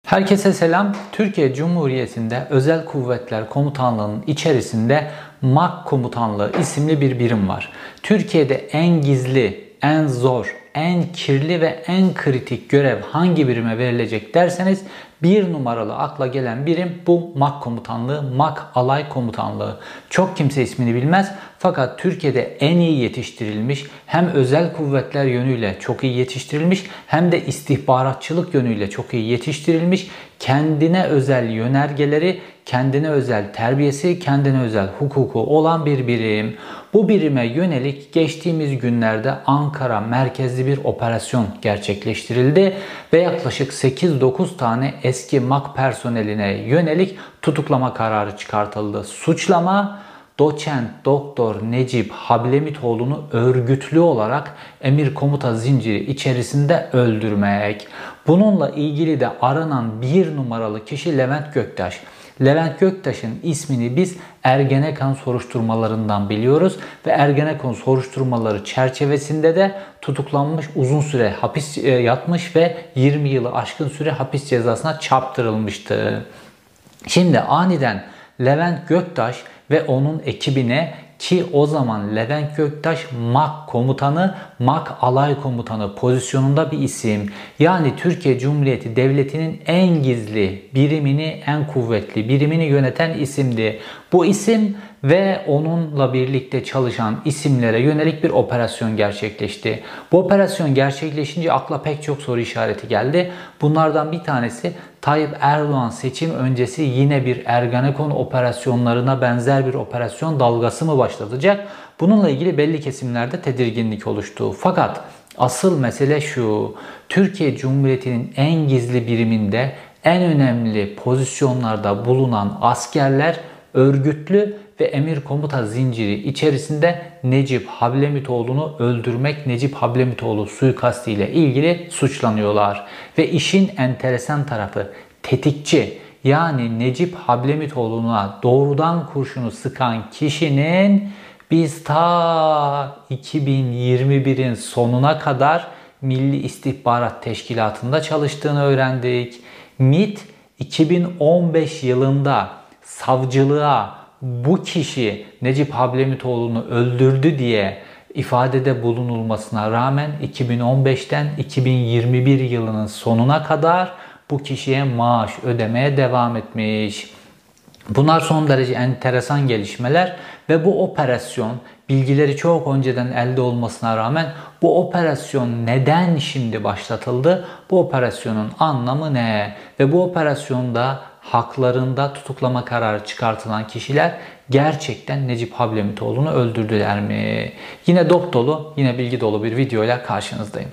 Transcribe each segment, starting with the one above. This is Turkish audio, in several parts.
Herkese selam. Türkiye Cumhuriyeti'nde Özel Kuvvetler Komutanlığı'nın içerisinde MAK Komutanlığı isimli bir birim var. Türkiye'de en gizli, en zor, en kirli ve en kritik görev hangi birime verilecek derseniz bir numaralı akla gelen birim bu MAK Komutanlığı, MAK Alay Komutanlığı. Çok kimse ismini bilmez fakat Türkiye'de en iyi yetiştirilmiş, hem özel kuvvetler yönüyle çok iyi yetiştirilmiş hem de istihbaratçılık yönüyle çok iyi yetiştirilmiş, kendine özel yönergeleri, kendine özel terbiyesi, kendine özel hukuku olan bir birim. Bu birime yönelik geçtiğimiz günlerde Ankara merkezli bir operasyon gerçekleştirildi ve yaklaşık 8-9 tane eski MAK personeline yönelik tutuklama kararı çıkartıldı. Suçlama, Doçent Doktor Necip Hablemitoğlu'nu örgütlü olarak emir komuta zinciri içerisinde öldürmek. Bununla ilgili de aranan bir numaralı kişi Levent Göktaş. Levent Göktaş'ın ismini biz Ergenekon soruşturmalarından biliyoruz ve Ergenekon soruşturmaları çerçevesinde de tutuklanmış, uzun süre hapis yatmış ve 20 yılı aşkın süre hapis cezasına çarptırılmıştı. Şimdi aniden Levent Göktaş ve onun ekibine, ki o zaman Levent Göktaş MAK komutanı, MAK alay komutanı pozisyonunda bir isim. Yani Türkiye Cumhuriyeti Devleti'nin en gizli birimini, en kuvvetli birimini yöneten isimdi. Bu isim ve onunla birlikte çalışan isimlere yönelik bir operasyon gerçekleşti. Bu operasyon gerçekleşince akla pek çok soru işareti geldi. Bunlardan bir tanesi, Tayyip Erdoğan seçim öncesi yine bir Ergenekon operasyonlarına benzer bir operasyon dalgası mı başlatacak? Bununla ilgili belli kesimlerde tedirginlik oluştu. Fakat asıl mesele şu: Türkiye Cumhuriyeti'nin en gizli biriminde en önemli pozisyonlarda bulunan askerler örgütlü ve emir komuta zinciri içerisinde Necip Hablemitoğlu'nu öldürmek, Necip Hablemitoğlu suikastı ile ilgili suçlanıyorlar. Ve işin enteresan tarafı, tetikçi, yani Necip Hablemitoğlu'na doğrudan kurşunu sıkan kişinin biz ta 2021'in sonuna kadar Milli İstihbarat Teşkilatı'nda çalıştığını öğrendik. MİT 2015 yılında savcılığa bu kişi Necip Hablemitoğlu'nu öldürdü diye ifadede bulunulmasına rağmen 2015'ten 2021 yılının sonuna kadar bu kişiye maaş ödemeye devam etmiş. Bunlar son derece enteresan gelişmeler ve bu operasyon, bilgileri çok önceden elde olmasına rağmen bu operasyon neden şimdi başlatıldı? Bu operasyonun anlamı ne? Ve bu operasyonda haklarında tutuklama kararı çıkartılan kişiler gerçekten Necip Hablemitoğlu'nu öldürdüler mi? Yine dop dolu, yine bilgi dolu bir videoyla karşınızdayım.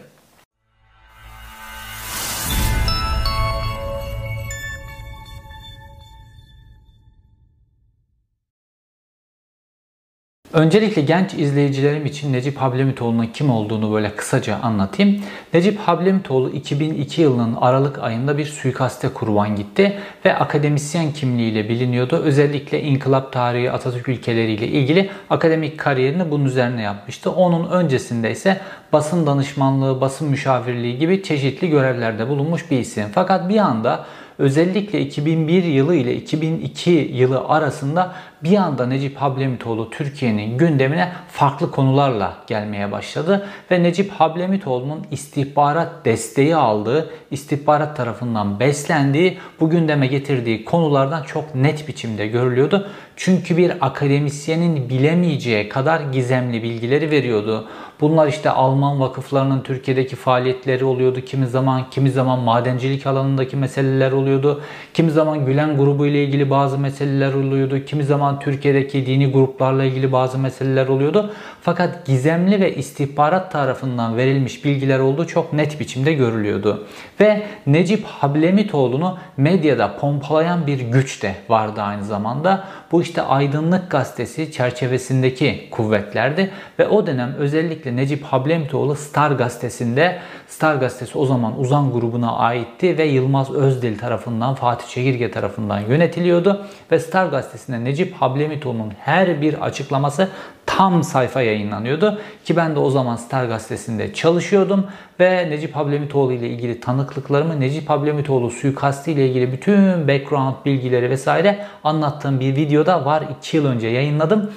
Öncelikle genç izleyicilerim için Necip Hablemitoğlu'nun kim olduğunu böyle kısaca anlatayım. Necip Hablemitoğlu 2002 yılının Aralık ayında bir suikaste kurban gitti ve akademisyen kimliğiyle biliniyordu. Özellikle inkılap tarihi, Atatürk ilkeleriyle ilgili akademik kariyerini bunun üzerine yapmıştı. Onun öncesinde ise basın danışmanlığı, basın müşavirliği gibi çeşitli görevlerde bulunmuş bir isim. Fakat bir anda özellikle 2001 yılı ile 2002 yılı arasında bir anda Necip Hablemitoğlu Türkiye'nin gündemine farklı konularla gelmeye başladı ve Necip Hablemitoğlu'nun istihbarat desteği aldığı, istihbarat tarafından beslendiği, bu gündeme getirdiği konulardan çok net biçimde görülüyordu. Çünkü bir akademisyenin bilemeyeceği kadar gizemli bilgileri veriyordu. Bunlar işte Alman vakıflarının Türkiye'deki faaliyetleri oluyordu. Kimi zaman madencilik alanındaki meseleler oluyordu. Kimi zaman Gülen grubu ile ilgili bazı meseleler oluyordu. Kimi zaman Türkiye'deki dini gruplarla ilgili bazı meseleler oluyordu. Fakat gizemli ve istihbarat tarafından verilmiş bilgiler olduğu çok net biçimde görülüyordu. Ve Necip Hablemitoğlu'nu medyada pompalayan bir güç de vardı aynı zamanda. Bu işte Aydınlık Gazetesi çerçevesindeki kuvvetlerdi ve o dönem özellikle Necip Hablemitoğlu Star Gazetesi'nde, Star Gazetesi o zaman Uzan grubuna aitti ve Yılmaz Özdil tarafından, Fatih Çekirge tarafından yönetiliyordu ve Star Gazetesi'nde Necip Hablemitoğlu'nun her bir açıklaması tam sayfa yayınlanıyordu. Ki ben de o zaman Star Gazetesi'nde çalışıyordum ve Necip Hablemitoğlu ile ilgili tanıklıklarımı, Necip Hablemitoğlu suikastı ile ilgili bütün background bilgileri vesaire anlattığım bir videoda var. 2 yıl önce yayınladım.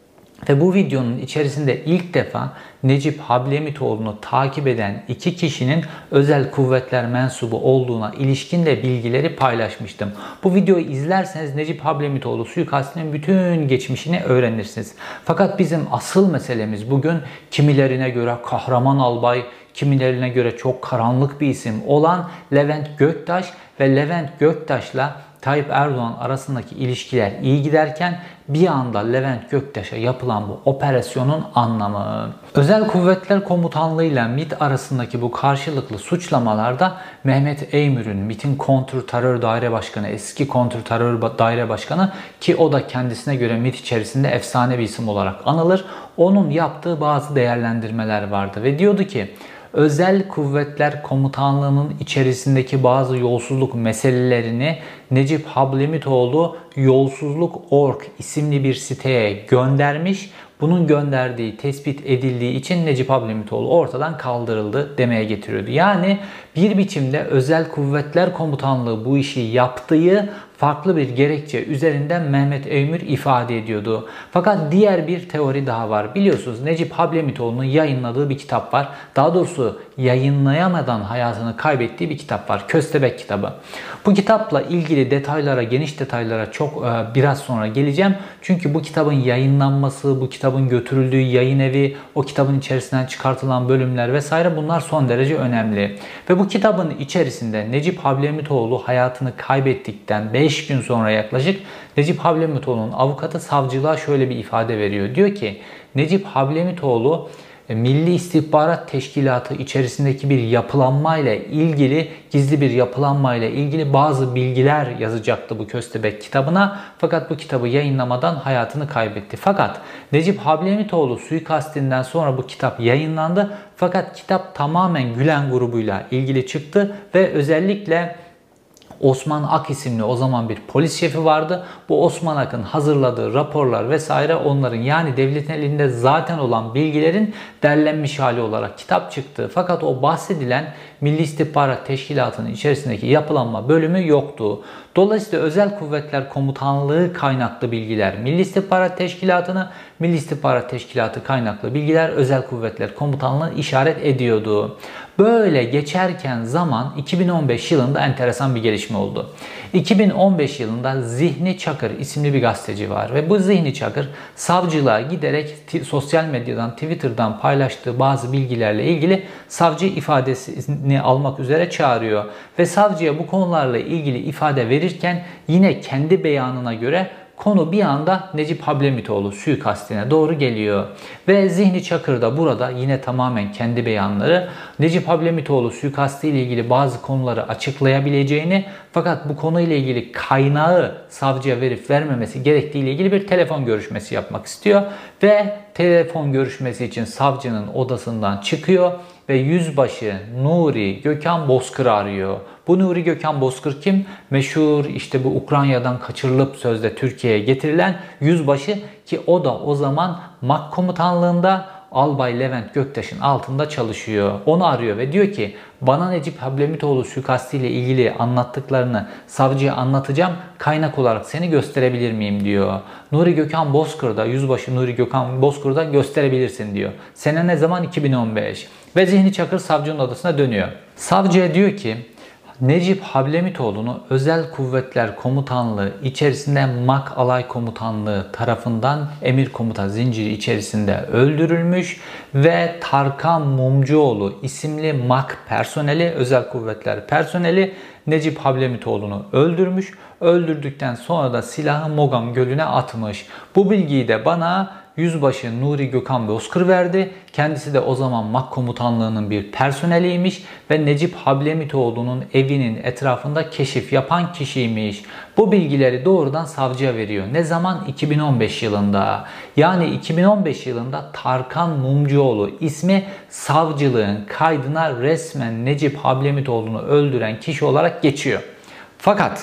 Ve bu videonun içerisinde ilk defa Necip Hablemitoğlu'nu takip eden 2 kişinin özel kuvvetler mensubu olduğuna ilişkin de bilgileri paylaşmıştım. Bu videoyu izlerseniz Necip Hablemitoğlu suikastinin bütün geçmişini öğrenirsiniz. Fakat bizim asıl meselemiz bugün kimilerine göre kahraman albay, kimilerine göre çok karanlık bir isim olan Levent Göktaş ve Levent Göktaş'la Tayyip Erdoğan arasındaki ilişkiler iyi giderken bir anda Levent Göktaş'a yapılan bu operasyonun anlamı. Özel Kuvvetler Komutanlığı ile MİT arasındaki bu karşılıklı suçlamalarda Mehmet Eymür'ün MİT'in kontrterör daire başkanı, eski kontrterör daire başkanı ki o da kendisine göre MİT içerisinde efsane bir isim olarak anılır. Onun yaptığı bazı değerlendirmeler vardı ve diyordu ki Özel Kuvvetler Komutanlığı'nın içerisindeki bazı yolsuzluk meselelerini Necip Hablemitoğlu Yolsuzluk.org isimli bir siteye göndermiş. Bunun gönderdiği tespit edildiği için Necip Hablemitoğlu ortadan kaldırıldı demeye getiriyordu. Yani bir biçimde Özel Kuvvetler Komutanlığı bu işi yaptığı farklı bir gerekçe üzerinden Mehmet Eymür ifade ediyordu. Fakat diğer bir teori daha var. Biliyorsunuz Necip Hablemitoğlu'nun yayınladığı bir kitap var. Daha doğrusu yayınlayamadan hayatını kaybettiği bir kitap var. Köstebek kitabı. Bu kitapla ilgili detaylara, geniş detaylara çok biraz sonra geleceğim. Çünkü bu kitabın yayınlanması, bu kitabın götürüldüğü yayın evi, o kitabın içerisinden çıkartılan bölümler vesaire bunlar son derece önemli. Ve bu kitabın içerisinde Necip Hablemitoğlu hayatını kaybettikten 5 gün sonra yaklaşık Necip Hablemitoğlu'nun avukatı savcılığa şöyle bir ifade veriyor. Diyor ki Necip Hablemitoğlu Milli İstihbarat Teşkilatı içerisindeki bir yapılanmayla ilgili, gizli bir yapılanmayla ilgili bazı bilgiler yazacaktı bu Köstebek kitabına. Fakat bu kitabı yayınlamadan hayatını kaybetti. Fakat Necip Hablemitoğlu suikastinden sonra bu kitap yayınlandı. Fakat kitap tamamen Gülen grubuyla ilgili çıktı ve özellikle Osman Ak isimli o zaman bir polis şefi vardı. Bu Osman Ak'ın hazırladığı raporlar vesaire onların yani devletin elinde zaten olan bilgilerin derlenmiş hali olarak kitap çıktı. Fakat o bahsedilen Milli İstihbarat Teşkilatı'nın içerisindeki yapılanma bölümü yoktu. Dolayısıyla Özel Kuvvetler Komutanlığı kaynaklı bilgiler Milli İstihbarat Teşkilatı'nı, Milli İstihbarat Teşkilatı kaynaklı bilgiler Özel Kuvvetler Komutanlığı'nı işaret ediyordu. Böyle geçerken zaman 2015 yılında enteresan bir gelişme oldu. 2015 yılında Zihni Çakır isimli bir gazeteci var ve bu Zihni Çakır savcılığa giderek sosyal medyadan, Twitter'dan paylaştığı bazı bilgilerle ilgili savcı ifadesini almak üzere çağırıyor. Ve savcıya bu konularla ilgili ifade verirken yine kendi beyanına göre konu bir anda Necip Hablemitoğlu suikastine doğru geliyor. Ve Zihni Çakır da burada yine tamamen kendi beyanları Necip Hablemitoğlu suikastı ile ilgili bazı konuları açıklayabileceğini fakat bu konuyla ilgili kaynağı savcıya verip vermemesi gerektiği ile ilgili bir telefon görüşmesi yapmak istiyor. Ve telefon görüşmesi için savcının odasından çıkıyor ve yüzbaşı Nuri Gökhan Bozkır'ı arıyor. Bu Nuri Gökhan Bozkır kim? Meşhur işte bu Ukrayna'dan kaçırılıp sözde Türkiye'ye getirilen yüzbaşı ki o da o zaman MAK komutanlığında Albay Levent Göktaş'ın altında çalışıyor. Onu arıyor ve diyor ki bana Necip Hablemitoğlu suikastı ile ilgili anlattıklarını savcıya anlatacağım. Kaynak olarak seni gösterebilir miyim diyor. Nuri Gökhan Bozkır da yüzbaşı Nuri Gökhan Bozkır da gösterebilirsin diyor. Sene ne zaman? 2015. Ve Zihni Çakır savcının odasına dönüyor. Savcıya diyor ki Necip Hablemitoğlu'nu Özel Kuvvetler Komutanlığı içerisinde MAK Alay Komutanlığı tarafından emir komuta zinciri içerisinde öldürülmüş ve Tarkan Mumcuoğlu isimli MAK personeli, Özel Kuvvetler personeli Necip Hablemitoğlu'nu öldürmüş. Öldürdükten sonra da silahı Mogam Gölü'ne atmış. Bu bilgiyi de bana Yüzbaşı Nuri Gökhan Bozkır verdi. Kendisi de o zaman MAK komutanlığının bir personeliymiş ve Necip Hablemitoğlu'nun evinin etrafında keşif yapan kişiymiş. Bu bilgileri doğrudan savcıya veriyor. Ne zaman? 2015 yılında. Yani 2015 yılında Tarkan Mumcuoğlu ismi savcılığın kaydına resmen Necip Hablemitoğlu'nu öldüren kişi olarak geçiyor. Fakat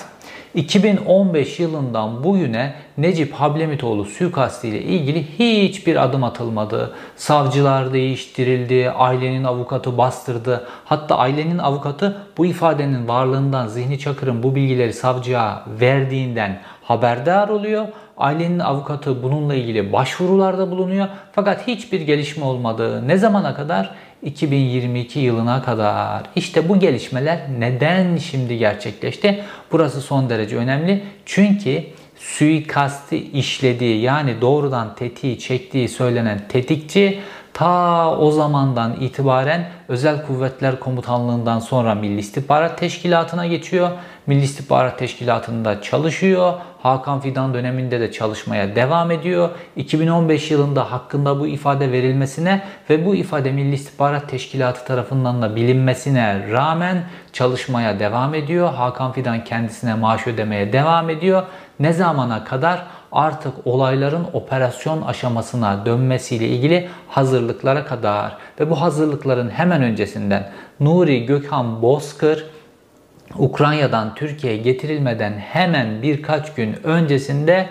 2015 yılından bugüne Necip Hablemitoğlu suikastı ile ilgili hiçbir adım atılmadı. Savcılar değiştirildi, ailenin avukatı bastırdı. Hatta ailenin avukatı bu ifadenin varlığından, Zihni Çakır'ın bu bilgileri savcıya verdiğinden haberdar oluyor. Ailenin avukatı bununla ilgili başvurularda bulunuyor. Fakat hiçbir gelişme olmadı. Ne zamana kadar? 2022 yılına kadar. İşte bu gelişmeler neden şimdi gerçekleşti? Burası son derece önemli. Çünkü suikasti işlediği, yani doğrudan tetiği çektiği söylenen tetikçi ta o zamandan itibaren Özel Kuvvetler Komutanlığından sonra Milli İstihbarat Teşkilatı'na geçiyor. Milli İstihbarat Teşkilatı'nda çalışıyor. Hakan Fidan döneminde de çalışmaya devam ediyor. 2015 yılında hakkında bu ifade verilmesine ve bu ifade Milli İstihbarat Teşkilatı tarafından da bilinmesine rağmen çalışmaya devam ediyor. Hakan Fidan kendisine maaş ödemeye devam ediyor. Ne zamana kadar? Artık olayların operasyon aşamasına dönmesiyle ilgili hazırlıklara kadar. Ve bu hazırlıkların hemen öncesinden Nuri Gökhan Bozkır Ukrayna'dan Türkiye'ye getirilmeden hemen birkaç gün öncesinde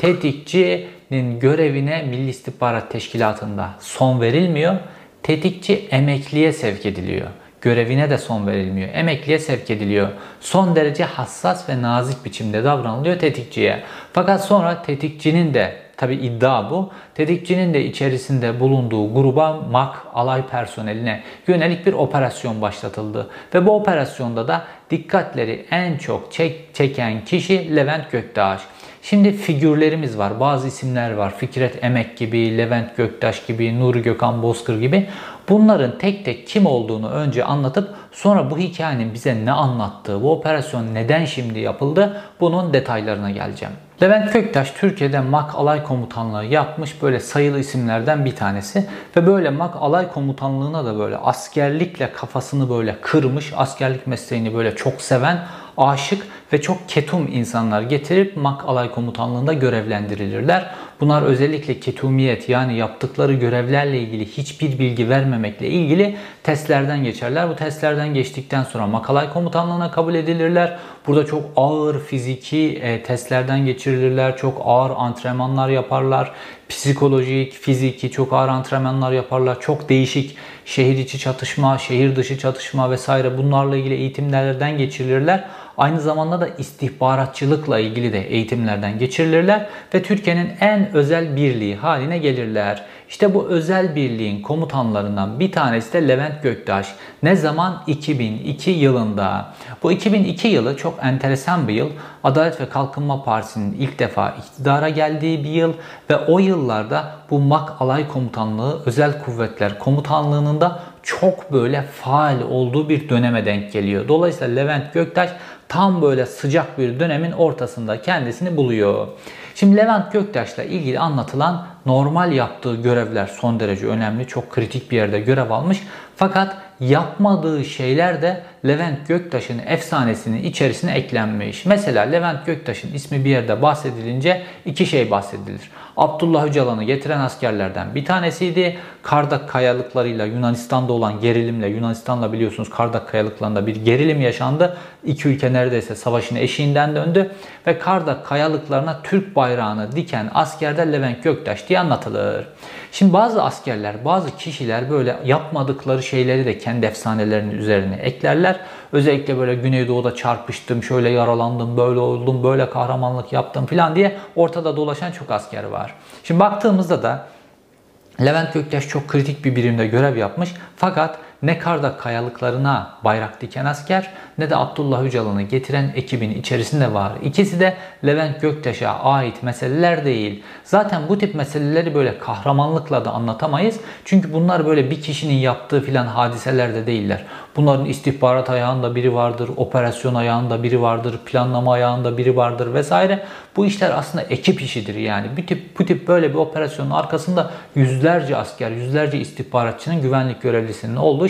tetikçinin görevine Milli İstihbarat Teşkilatı'nda son verilmiyor. Tetikçi emekliye sevk ediliyor. Görevine de son verilmiyor. Emekliye sevk ediliyor. Son derece hassas ve nazik biçimde davranılıyor tetikçiye. Fakat sonra tetikçinin de, tabi iddia bu, tetikçinin de içerisinde bulunduğu gruba, MAK alay personeline yönelik bir operasyon başlatıldı. Ve bu operasyonda da dikkatleri en çok çeken kişi Levent Göktaş. Şimdi figürlerimiz var, bazı isimler var. Fikret Emek gibi, Levent Göktaş gibi, Nuri Gökhan Bozkır gibi. Bunların tek tek kim olduğunu önce anlatıp sonra bu hikayenin bize ne anlattığı, bu operasyon neden şimdi yapıldı, bunun detaylarına geleceğim. Levent Göktaş Türkiye'de MAK Alay Komutanlığı yapmış böyle sayılı isimlerden bir tanesi ve böyle MAK Alay Komutanlığı'na da böyle askerlikle kafasını böyle kırmış, askerlik mesleğini böyle çok seven, aşık ve çok ketum insanlar getirip MAK Alay Komutanlığı'nda görevlendirilirler. Bunlar özellikle ketumiyet, yani yaptıkları görevlerle ilgili hiçbir bilgi vermemekle ilgili testlerden geçerler. Bu testlerden geçtikten sonra MAK Alay Komutanlığı'na kabul edilirler. Burada çok ağır fiziki testlerden geçirilirler. Çok ağır antrenmanlar yaparlar. Psikolojik, fiziki çok ağır antrenmanlar yaparlar. Çok değişik şehir içi çatışma, şehir dışı çatışma vesaire bunlarla ilgili eğitimlerden geçirilirler. Aynı zamanda da istihbaratçılıkla ilgili de eğitimlerden geçirilirler ve Türkiye'nin en özel birliği haline gelirler. İşte bu özel birliğin komutanlarından bir tanesi de Levent Göktaş. Ne zaman? 2002 yılında. Bu 2002 yılı çok enteresan bir yıl. Adalet ve Kalkınma Partisi'nin ilk defa iktidara geldiği bir yıl ve o yıllarda bu MAK Alay Komutanlığı Özel Kuvvetler Komutanlığı'nın da çok böyle faal olduğu bir döneme denk geliyor. Dolayısıyla Levent Göktaş tam böyle sıcak bir dönemin ortasında kendisini buluyor. Şimdi Levent Göktaş'la ilgili anlatılan normal yaptığı görevler son derece önemli. Çok kritik bir yerde görev almış. Fakat yapmadığı şeyler de Levent Göktaş'ın efsanesinin içerisine eklenmiş. Mesela Levent Göktaş'ın ismi bir yerde bahsedilince iki şey bahsedilir. Abdullah Öcalan'ı getiren askerlerden bir tanesiydi. Kardak kayalıklarıyla Yunanistan'da olan gerilimle, Yunanistan'la biliyorsunuz Kardak kayalıklarında bir gerilim yaşandı. İki ülke neredeyse savaşın eşiğinden döndü ve Kardak kayalıklarına Türk bayrağını diken asker de Levent Göktaş diye anlatılır. Şimdi bazı askerler, bazı kişiler böyle yapmadıkları şeyleri de kendi efsanelerinin üzerine eklerler. Özellikle böyle Güneydoğu'da çarpıştım, şöyle yaralandım, böyle oldum, böyle kahramanlık yaptım falan diye ortada dolaşan çok asker var. Şimdi baktığımızda da Levent Göktaş çok kritik bir birimde görev yapmış. Fakat ne Kardak kayalıklarına bayrak diken asker ne de Abdullah Öcalan'ı getiren ekibin içerisinde var. İkisi de Levent Göktaş'a ait meseleler değil. Zaten bu tip meseleleri böyle kahramanlıkla da anlatamayız. Çünkü bunlar böyle bir kişinin yaptığı filan hadiseler de değiller. Bunların istihbarat ayağında biri vardır, operasyon ayağında biri vardır, planlama ayağında biri vardır vesaire. Bu işler aslında ekip işidir yani. Bu tip böyle bir operasyonun arkasında yüzlerce asker, yüzlerce istihbaratçının, güvenlik görevlisinin olduğu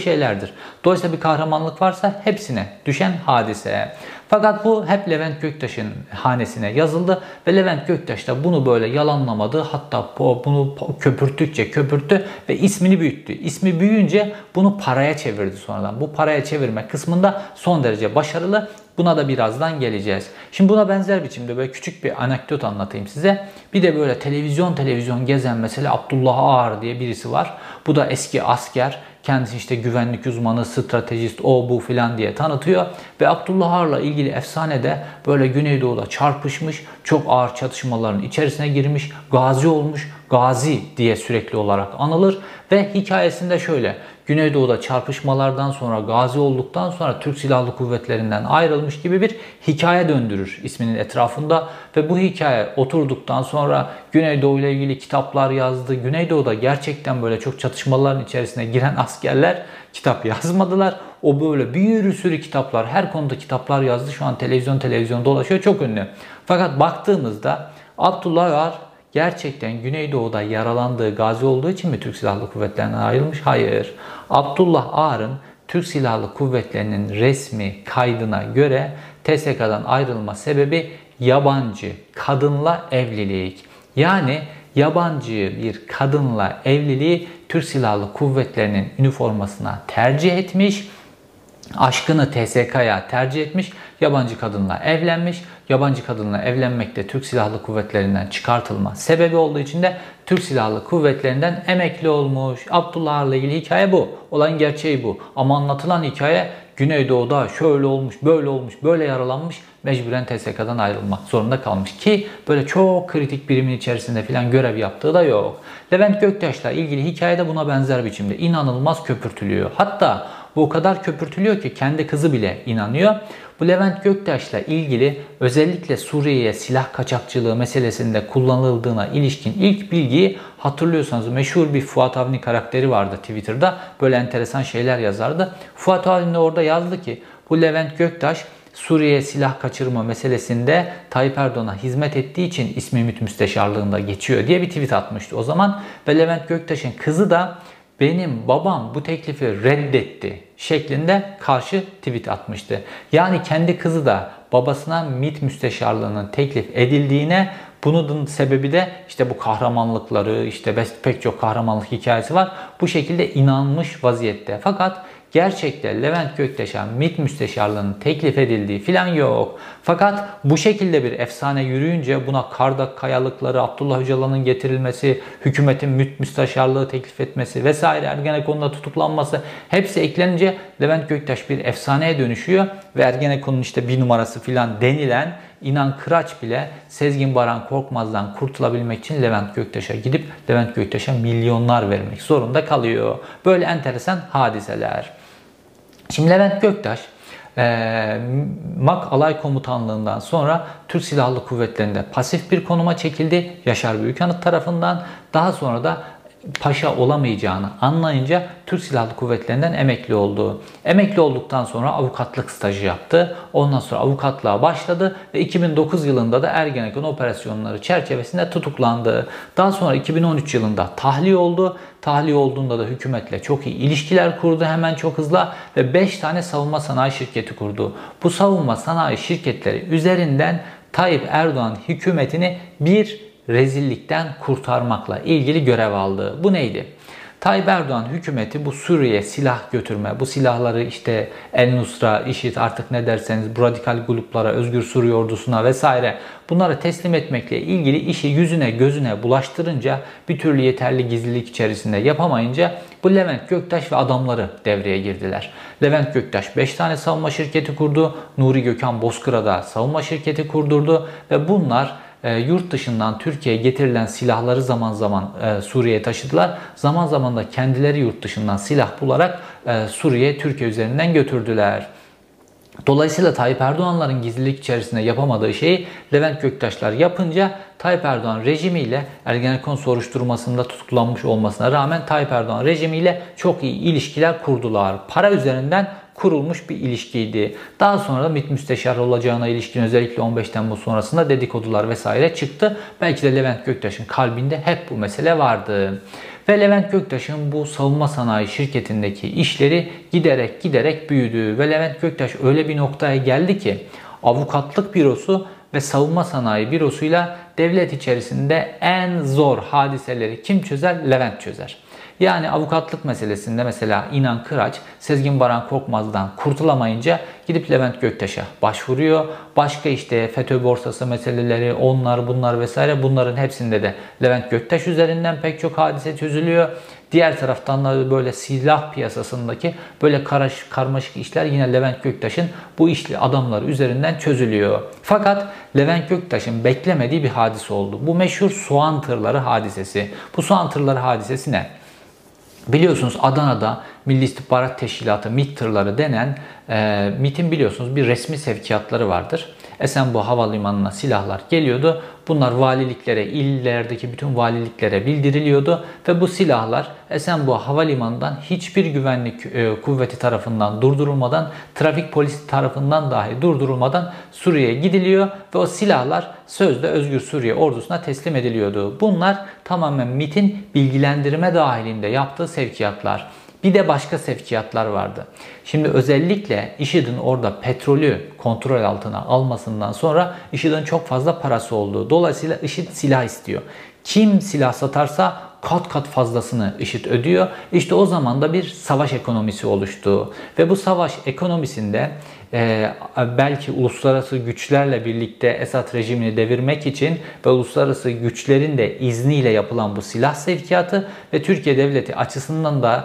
şeylerdir. Dolayısıyla bir kahramanlık varsa hepsine düşen hadise. Fakat bu hep Levent Göktaş'ın hanesine yazıldı ve Levent Göktaş da bunu böyle yalanlamadı. Hatta bunu köpürttükçe köpürttü ve ismini büyüttü. İsmi büyüyünce bunu paraya çevirdi sonradan. Bu paraya çevirme kısmında son derece başarılı. Buna da birazdan geleceğiz. Şimdi buna benzer biçimde böyle küçük bir anekdot anlatayım size. Bir de böyle televizyon gezen mesela Abdullah Ağar diye birisi var. Bu da eski asker. Kendisi işte güvenlik uzmanı, stratejist, o bu filan diye tanıtıyor. Ve Abdullah Ağar'la ilgili efsanede böyle Güneydoğu'da çarpışmış, çok ağır çatışmaların içerisine girmiş, gazi olmuş, gazi diye sürekli olarak anılır. Ve hikayesinde şöyle: Güneydoğu'da çarpışmalardan sonra, gazi olduktan sonra Türk Silahlı Kuvvetleri'nden ayrılmış gibi bir hikaye döndürür isminin etrafında. Ve bu hikaye oturduktan sonra Güneydoğu ile ilgili kitaplar yazdı. Güneydoğu'da gerçekten böyle çok çatışmaların içerisine giren askerler kitap yazmadılar. O böyle bir sürü kitaplar, her konuda kitaplar yazdı. Şu an televizyon dolaşıyor, çok ünlü. Fakat baktığımızda Abdullah Ağar gerçekten Güneydoğu'da yaralandığı, gazi olduğu için mi Türk Silahlı Kuvvetleri'nden ayrılmış? Hayır. Abdullah Ağar'ın Türk Silahlı Kuvvetleri'nin resmi kaydına göre TSK'dan ayrılma sebebi yabancı kadınla evlilik. Yani yabancı bir kadınla evliliği Türk Silahlı Kuvvetleri'nin üniformasına tercih etmiş. Aşkını TSK'ya tercih etmiş, yabancı kadınla evlenmiş. Yabancı kadınla evlenmek de Türk Silahlı Kuvvetleri'nden çıkartılma sebebi olduğu için de Türk Silahlı Kuvvetleri'nden emekli olmuş. Abdullah Ağar'la ilgili hikaye bu. Olayın gerçeği bu. Ama anlatılan hikaye Güneydoğu'da şöyle olmuş, böyle yaralanmış, mecburen TSK'dan ayrılmak zorunda kalmış. Ki böyle çok kritik birimin içerisinde falan görev yaptığı da yok. Levent Göktaş'la ilgili hikaye de buna benzer biçimde inanılmaz köpürtülüyor. Hatta bu o kadar köpürtülüyor ki kendi kızı bile inanıyor. Bu Levent Göktaş'la ilgili özellikle Suriye'ye silah kaçakçılığı meselesinde kullanıldığına ilişkin ilk bilgiyi hatırlıyorsanız meşhur bir Fuat Avni karakteri vardı Twitter'da. Böyle enteresan şeyler yazardı. Fuat Avni orada yazdı ki bu Levent Göktaş Suriye'ye silah kaçırma meselesinde Tayyip Erdoğan'a hizmet ettiği için ismi MİT Müsteşarlığında geçiyor diye bir tweet atmıştı o zaman. Ve Levent Göktaş'ın kızı da benim babam bu teklifi reddetti şeklinde karşı tweet atmıştı. Yani kendi kızı da babasına MİT müsteşarlığının teklif edildiğine, bunun sebebi de işte bu kahramanlıkları, işte pek çok kahramanlık hikayesi var. Bu şekilde inanmış vaziyette. Fakat gerçekte Levent Göktaş'a MİT müsteşarlığının teklif edildiği filan yok. Fakat bu şekilde bir efsane yürüyünce buna Kardak Kayalıkları, Abdullah Öcalan'ın getirilmesi, hükümetin MİT müsteşarlığı teklif etmesi vesaire, Ergenekon'da tutuklanması hepsi eklenince Levent Göktaş bir efsaneye dönüşüyor ve Ergenekon'un işte bir numarası filan denilen İnan Kıraç bile Sezgin Baran Korkmaz'dan kurtulabilmek için Levent Göktaş'a gidip Levent Göktaş'a milyonlar vermek zorunda kalıyor. Böyle enteresan hadiseler. Şimdi Levent Göktaş MAK Alay Komutanlığından sonra Türk Silahlı Kuvvetleri'nde pasif bir konuma çekildi Yaşar Büyükanıt tarafından. Daha sonra da paşa olamayacağını anlayınca Türk Silahlı Kuvvetleri'nden emekli oldu. Emekli olduktan sonra avukatlık stajı yaptı. Ondan sonra avukatlığa başladı ve 2009 yılında da Ergenekon operasyonları çerçevesinde tutuklandı. Daha sonra 2013 yılında tahliye oldu. Tahliye olduğunda da hükümetle çok iyi ilişkiler kurdu hemen çok hızlı ve 5 tane savunma sanayi şirketi kurdu. Bu savunma sanayi şirketleri üzerinden Tayyip Erdoğan hükümetini bir rezillikten kurtarmakla ilgili görev aldı. Bu neydi? Tayyip Erdoğan hükümeti bu Suriye'ye silah götürme, bu silahları işte El Nusra, IŞİD artık ne derseniz bu radikal gruplara, Özgür Suriye ordusuna vesaire bunları teslim etmekle ilgili işi yüzüne gözüne bulaştırınca, bir türlü yeterli gizlilik içerisinde yapamayınca bu Levent Göktaş ve adamları devreye girdiler. Levent Göktaş 5 tane savunma şirketi kurdu. Nuri Gökhan Bozkıra'da savunma şirketi kurdurdu ve bunlar yurt dışından Türkiye'ye getirilen silahları zaman zaman Suriye'ye taşıdılar. Zaman zaman da kendileri yurt dışından silah bularak Suriye, Türkiye üzerinden götürdüler. Dolayısıyla Tayyip Erdoğan'ların gizlilik içerisinde yapamadığı şeyi Levent Göktaşlar yapınca Tayyip Erdoğan rejimiyle Ergenekon soruşturmasında tutuklanmış olmasına rağmen Tayyip Erdoğan rejimiyle çok iyi ilişkiler kurdular. Para üzerinden kurulmuş bir ilişkiydi. Daha sonra da MİT müsteşarı olacağına ilişkin özellikle 15 Temmuz sonrasında dedikodular vesaire çıktı. Belki de Levent Göktaş'ın kalbinde hep bu mesele vardı. Ve Levent Göktaş'ın bu savunma sanayi şirketindeki işleri giderek büyüdü. Ve Levent Göktaş öyle bir noktaya geldi ki avukatlık bürosu ve savunma sanayi bürosuyla devlet içerisinde en zor hadiseleri kim çözer? Levent çözer. Yani avukatlık meselesinde mesela İnan Kıraç, Sezgin Baran Korkmaz'dan kurtulamayınca gidip Levent Göktaş'a başvuruyor. Başka işte FETÖ borsası meseleleri, onlar bunlar vesaire, bunların hepsinde de Levent Göktaş üzerinden pek çok hadise çözülüyor. Diğer taraftan da böyle silah piyasasındaki böyle karmaşık işler yine Levent Göktaş'ın bu işli adamları üzerinden çözülüyor. Fakat Levent Göktaş'ın beklemediği bir hadise oldu. Bu meşhur soğan tırları hadisesi. Bu soğan tırları hadisesi ne? Biliyorsunuz Adana'da Milli İstihbarat Teşkilatı MİT tırları denen MİT'in biliyorsunuz bir resmi sevkiyatları vardır. Esenboğa Havalimanı'na silahlar geliyordu. Bunlar valiliklere, illerdeki bütün valiliklere bildiriliyordu. Ve bu silahlar Esenboğa Havalimanı'ndan hiçbir güvenlik kuvveti tarafından durdurulmadan, trafik polisi tarafından dahi durdurulmadan Suriye'ye gidiliyor. Ve o silahlar sözde Özgür Suriye ordusuna teslim ediliyordu. Bunlar tamamen MİT'in bilgilendirme dahilinde yaptığı sevkiyatlar. Bir de başka sevkiyatlar vardı. Şimdi özellikle IŞİD'in orada petrolü kontrol altına almasından sonra IŞİD'in çok fazla parası oldu. Dolayısıyla IŞİD silah istiyor. Kim silah satarsa kat kat fazlasını IŞİD ödüyor. İşte o zaman da bir savaş ekonomisi oluştu. Ve bu savaş ekonomisinde belki uluslararası güçlerle birlikte Esad rejimini devirmek için ve uluslararası güçlerin de izniyle yapılan bu silah sevkiyatı ve Türkiye Devleti açısından da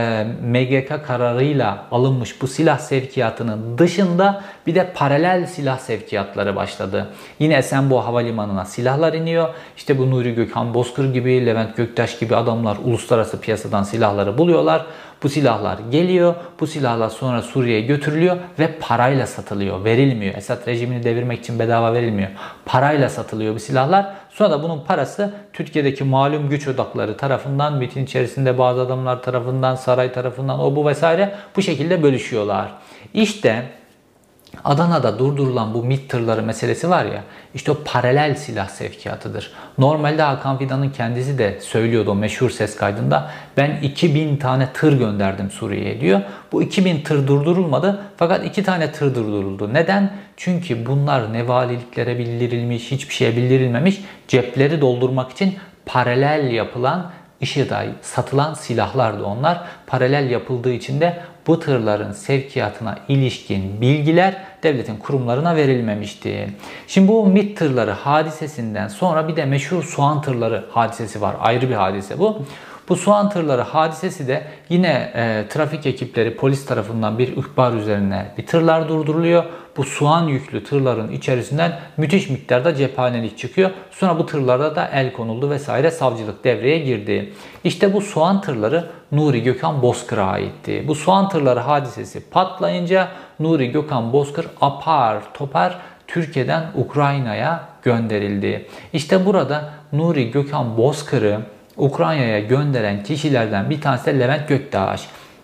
MGK kararıyla alınmış bu silah sevkiyatının dışında bir de paralel silah sevkiyatları başladı. Yine Esenboğa Havalimanı'na silahlar iniyor. İşte bu Nuri Gökhan Bozkır gibi, Levent Göktaş gibi adamlar uluslararası piyasadan silahları buluyorlar. Bu silahlar geliyor. Bu silahlar sonra Suriye'ye götürülüyor ve parayla satılıyor. Verilmiyor. Esad rejimini devirmek için bedava verilmiyor. Parayla satılıyor bu silahlar. Sonra da bunun parası Türkiye'deki malum güç odakları tarafından, MİT'in içerisinde bazı adamlar tarafından, saray tarafından, o bu vesaire bu şekilde bölüşüyorlar. İşte Adana'da durdurulan bu MİT tırları meselesi var ya, işte o paralel silah sevkiyatıdır. Normalde Hakan Fidan'ın kendisi de söylüyordu o meşhur ses kaydında. Ben 2000 tane tır gönderdim Suriye'ye diyor. Bu 2000 tır durdurulmadı fakat 2 tane tır durduruldu. Neden? Çünkü bunlar ne valiliklere bildirilmiş, hiçbir şeye bildirilmemiş, cepleri doldurmak için paralel yapılan, IŞİD'e satılan silahlardı onlar. Paralel yapıldığı için de bu tırların sevkiyatına ilişkin bilgiler devletin kurumlarına verilmemişti. Şimdi bu MİT tırları hadisesinden sonra bir de meşhur soğan tırları hadisesi var. Ayrı bir hadise bu. Bu soğan tırları hadisesi de yine trafik ekipleri polis tarafından bir ihbar üzerine bir tırlar durduruluyor. Bu soğan yüklü tırların içerisinden müthiş miktarda cephanelik çıkıyor. Sonra bu tırlarda da el konuldu vesaire, savcılık devreye girdi. İşte bu soğan tırları Nuri Gökhan Bozkır'a aitti. Bu soğan tırları hadisesi patlayınca Nuri Gökhan Bozkır apar topar Türkiye'den Ukrayna'ya gönderildi. İşte burada Nuri Gökhan Bozkır'ı Ukrayna'ya gönderen kişilerden bir tanesi de Levent Göktaş.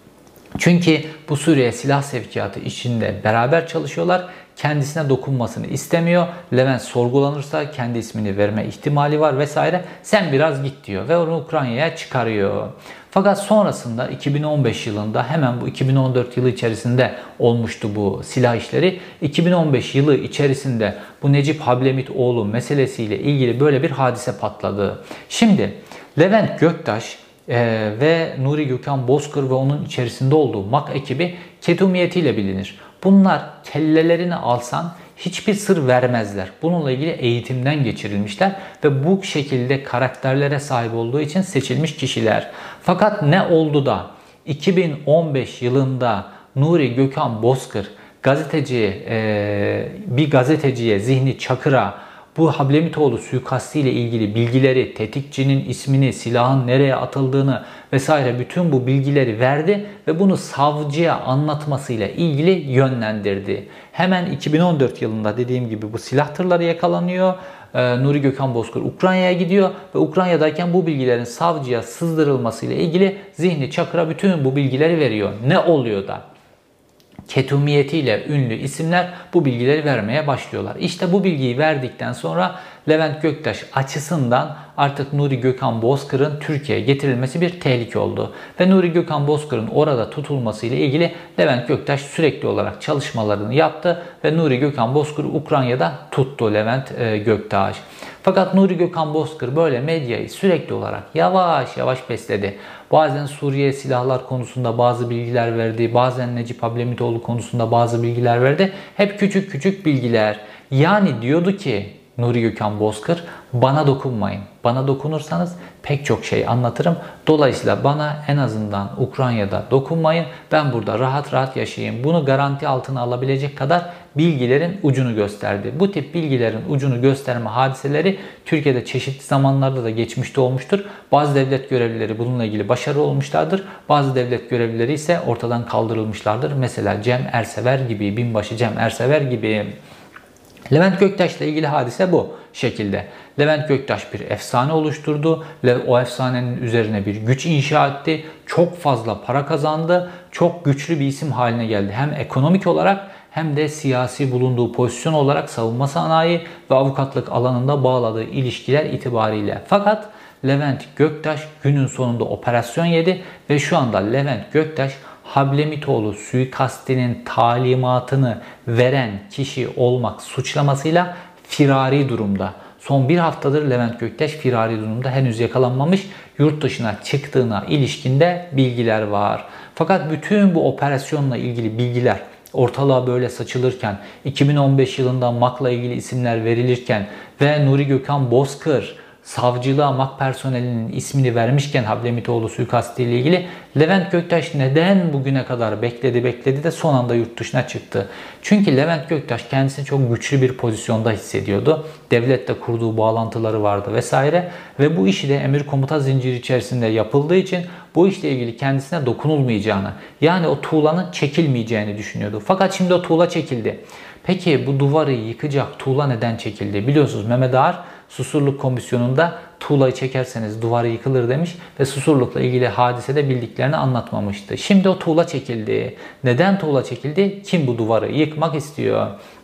Çünkü bu Suriye silah sevkiyatı içinde beraber çalışıyorlar. Kendisine dokunmasını istemiyor. Levent sorgulanırsa kendi ismini verme ihtimali var vesaire. Sen biraz git diyor ve onu Ukrayna'ya çıkarıyor. Fakat sonrasında 2015 yılında, hemen bu 2014 yılı içerisinde olmuştu bu silah işleri. 2015 yılı içerisinde bu Necip Hablemitoğlu meselesiyle ilgili böyle bir hadise patladı. Şimdi Levent Göktaş ve Nuri Gökhan Bozkır ve onun içerisinde olduğu MAK ekibi ketumiyetiyle bilinir. Bunlar kellelerini alsan hiçbir sır vermezler. Bununla ilgili eğitimden geçirilmişler ve bu şekilde karakterlere sahip olduğu için seçilmiş kişiler. Fakat ne oldu da 2015 yılında Nuri Gökhan Bozkır bir gazeteciye, Zihni Çakır'a bu Hablemitoğlu suikastiyle ilgili bilgileri, tetikçinin ismini, silahın nereye atıldığını vesaire bütün bu bilgileri verdi ve bunu savcıya anlatmasıyla ilgili yönlendirdi. Hemen 2014 yılında dediğim gibi bu silah tırları yakalanıyor. Nuri Gökhan Bozkır Ukrayna'ya gidiyor ve Ukrayna'dayken bu bilgilerin savcıya sızdırılmasıyla ilgili Zihni Çakır'a bütün bu bilgileri veriyor. Ne oluyor da? ketumiyetiyle ünlü isimler bu bilgileri vermeye başlıyorlar. İşte bu bilgiyi verdikten sonra Levent Göktaş açısından artık Nuri Gökhan Bozkır'ın Türkiye'ye getirilmesi bir tehlike oldu. Ve Nuri Gökhan Bozkır'ın orada tutulması ile ilgili Levent Göktaş sürekli olarak çalışmalarını yaptı ve Nuri Gökhan Bozkır Ukrayna'da tuttu Levent Göktaş. Fakat Nuri Gökhan Bozkır böyle medyayı sürekli olarak yavaş yavaş besledi. Bazen Suriye silahlar konusunda bazı bilgiler verdi, bazen Necip Hablemitoğlu konusunda bazı bilgiler verdi. Hep küçük küçük bilgiler. Yani diyordu ki Nuri Gökhan Bozkır, bana dokunmayın. Bana dokunursanız pek çok şey anlatırım. Dolayısıyla bana en azından Ukrayna'da dokunmayın. Ben burada rahat rahat yaşayayım. Bunu garanti altına alabilecek kadar bilgilerin ucunu gösterdi. Bu tip bilgilerin ucunu gösterme hadiseleri Türkiye'de çeşitli zamanlarda da geçmişte olmuştur. Bazı devlet görevlileri bununla ilgili başarılı olmuşlardır. Bazı devlet görevlileri ise ortadan kaldırılmışlardır. Mesela Cem Ersever gibi, binbaşı Cem Ersever gibi. Levent Göktaş'la ilgili hadise bu şekilde. Levent Göktaş bir efsane oluşturdu ve o efsanenin üzerine bir güç inşa etti. Çok fazla para kazandı. Çok güçlü bir isim haline geldi. Hem ekonomik olarak hem de siyasi bulunduğu pozisyon olarak savunma sanayi ve avukatlık alanında bağladığı ilişkiler itibariyle. Fakat Levent Göktaş günün sonunda operasyon yedi ve şu anda Levent Göktaş Hablemitoğlu suikastinin talimatını veren kişi olmak suçlamasıyla firari durumda. Son bir haftadır Levent Göktaş firari durumda, henüz yakalanmamış, yurt dışına çıktığına ilişkinde bilgiler var. Fakat bütün bu operasyonla ilgili bilgiler ortalığa böyle saçılırken, 2015 yılında MAK'la ilgili isimler verilirken ve Nuri Gökhan Bozkır savcılığa MAK personelinin ismini vermişken Hablemitoğlu suikastı ile ilgili Levent Göktaş neden bugüne kadar bekledi de son anda yurt dışına çıktı? Çünkü Levent Göktaş kendisini çok güçlü bir pozisyonda hissediyordu. Devletle kurduğu bağlantıları vardı vesaire ve bu işi de emir komuta zinciri içerisinde yapıldığı için bu işle ilgili kendisine dokunulmayacağını, yani o tuğlanın çekilmeyeceğini düşünüyordu. Fakat şimdi o tuğla çekildi. Peki bu duvarı yıkacak tuğla neden çekildi? Biliyorsunuz Mehmet Ağar Susurluk Komisyonu'nda tuğlayı çekerseniz duvarı yıkılır demiş ve Susurluk'la ilgili hadisede bildiklerini anlatmamıştı. Şimdi o tuğla çekildi. Neden tuğla çekildi? Kim bu duvarı yıkmak istiyor?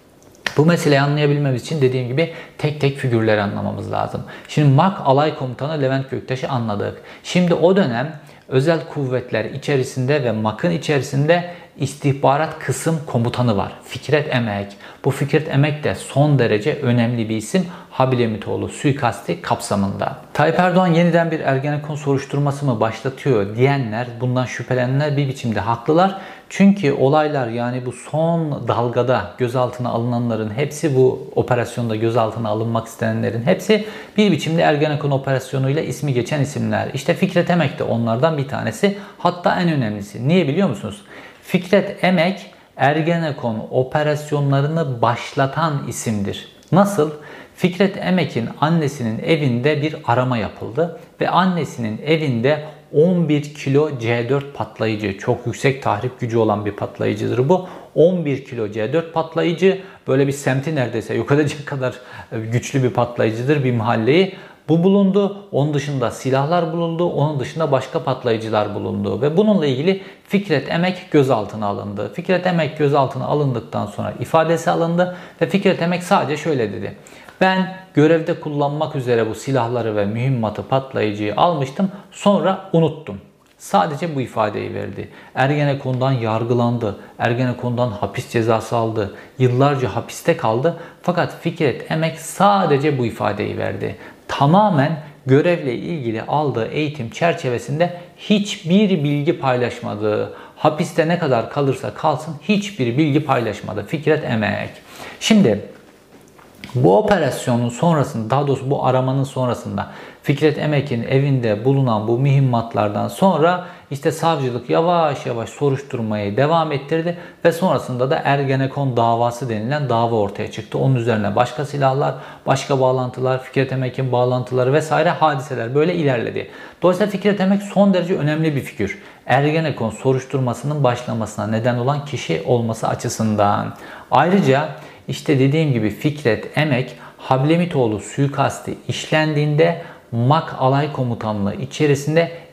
Bu meseleyi anlayabilmemiz için dediğim gibi tek tek figürleri anlamamız lazım. Şimdi MAK Alay Komutanı Levent Göktaş'ı anladık. Şimdi o dönem özel kuvvetler içerisinde ve MAK'ın içerisinde istihbarat kısım komutanı var. Fikret Emek. Bu Fikret Emek de son derece önemli bir isim Hablemitoğlu suikasti kapsamında. Tayyip Erdoğan yeniden bir Ergenekon soruşturması mı başlatıyor diyenler, bundan şüphelenenler bir biçimde haklılar. Çünkü olaylar, yani bu son dalgada gözaltına alınanların hepsi, bu operasyonda gözaltına alınmak istenenlerin hepsi bir biçimde Ergenekon operasyonuyla ismi geçen isimler. İşte Fikret Emek de onlardan bir tanesi, hatta en önemlisi. Niye biliyor musunuz? Fikret Emek Ergenekon operasyonlarını başlatan isimdir. Nasıl? Fikret Emek'in annesinin evinde bir arama yapıldı ve annesinin evinde 11 kilo C4 patlayıcı, çok yüksek tahrip gücü olan bir patlayıcıdır bu. 11 kilo C4 patlayıcı, böyle bir semti neredeyse yok edecek kadar güçlü bir patlayıcıdır, bir mahalleyi. Bu bulundu. Onun dışında silahlar bulundu. Onun dışında başka patlayıcılar bulundu. Ve bununla ilgili Fikret Emek gözaltına alındı. Fikret Emek gözaltına alındıktan sonra ifadesi alındı. Ve Fikret Emek sadece şöyle dedi: ben görevde kullanmak üzere bu silahları ve mühimmatı, patlayıcıyı almıştım. Sonra unuttum. Sadece bu ifadeyi verdi. Ergenekon'dan yargılandı. Ergenekon'dan hapis cezası aldı. Yıllarca hapiste kaldı. Fakat Fikret Emek sadece bu ifadeyi verdi. Tamamen görevle ilgili aldığı eğitim çerçevesinde hiçbir bilgi paylaşmadı. Hapiste ne kadar kalırsa kalsın hiçbir bilgi paylaşmadı Fikret Emek. Şimdi bu operasyonun sonrasında, daha doğrusu bu aramanın sonrasında Fikret Emek'in evinde bulunan bu mühimmatlardan sonra işte savcılık yavaş yavaş soruşturmayı devam ettirdi ve sonrasında da Ergenekon davası denilen dava ortaya çıktı. Onun üzerine başka silahlar, başka bağlantılar, Fikret Emek'in bağlantıları vesaire hadiseler böyle ilerledi. Dolayısıyla Fikret Emek son derece önemli bir figür. Ergenekon soruşturmasının başlamasına neden olan kişi olması açısından. Ayrıca İşte dediğim gibi Fikret Emek Hablemitoğlu suikasti işlendiğinde MAK Alay Komutanlığı içerisinde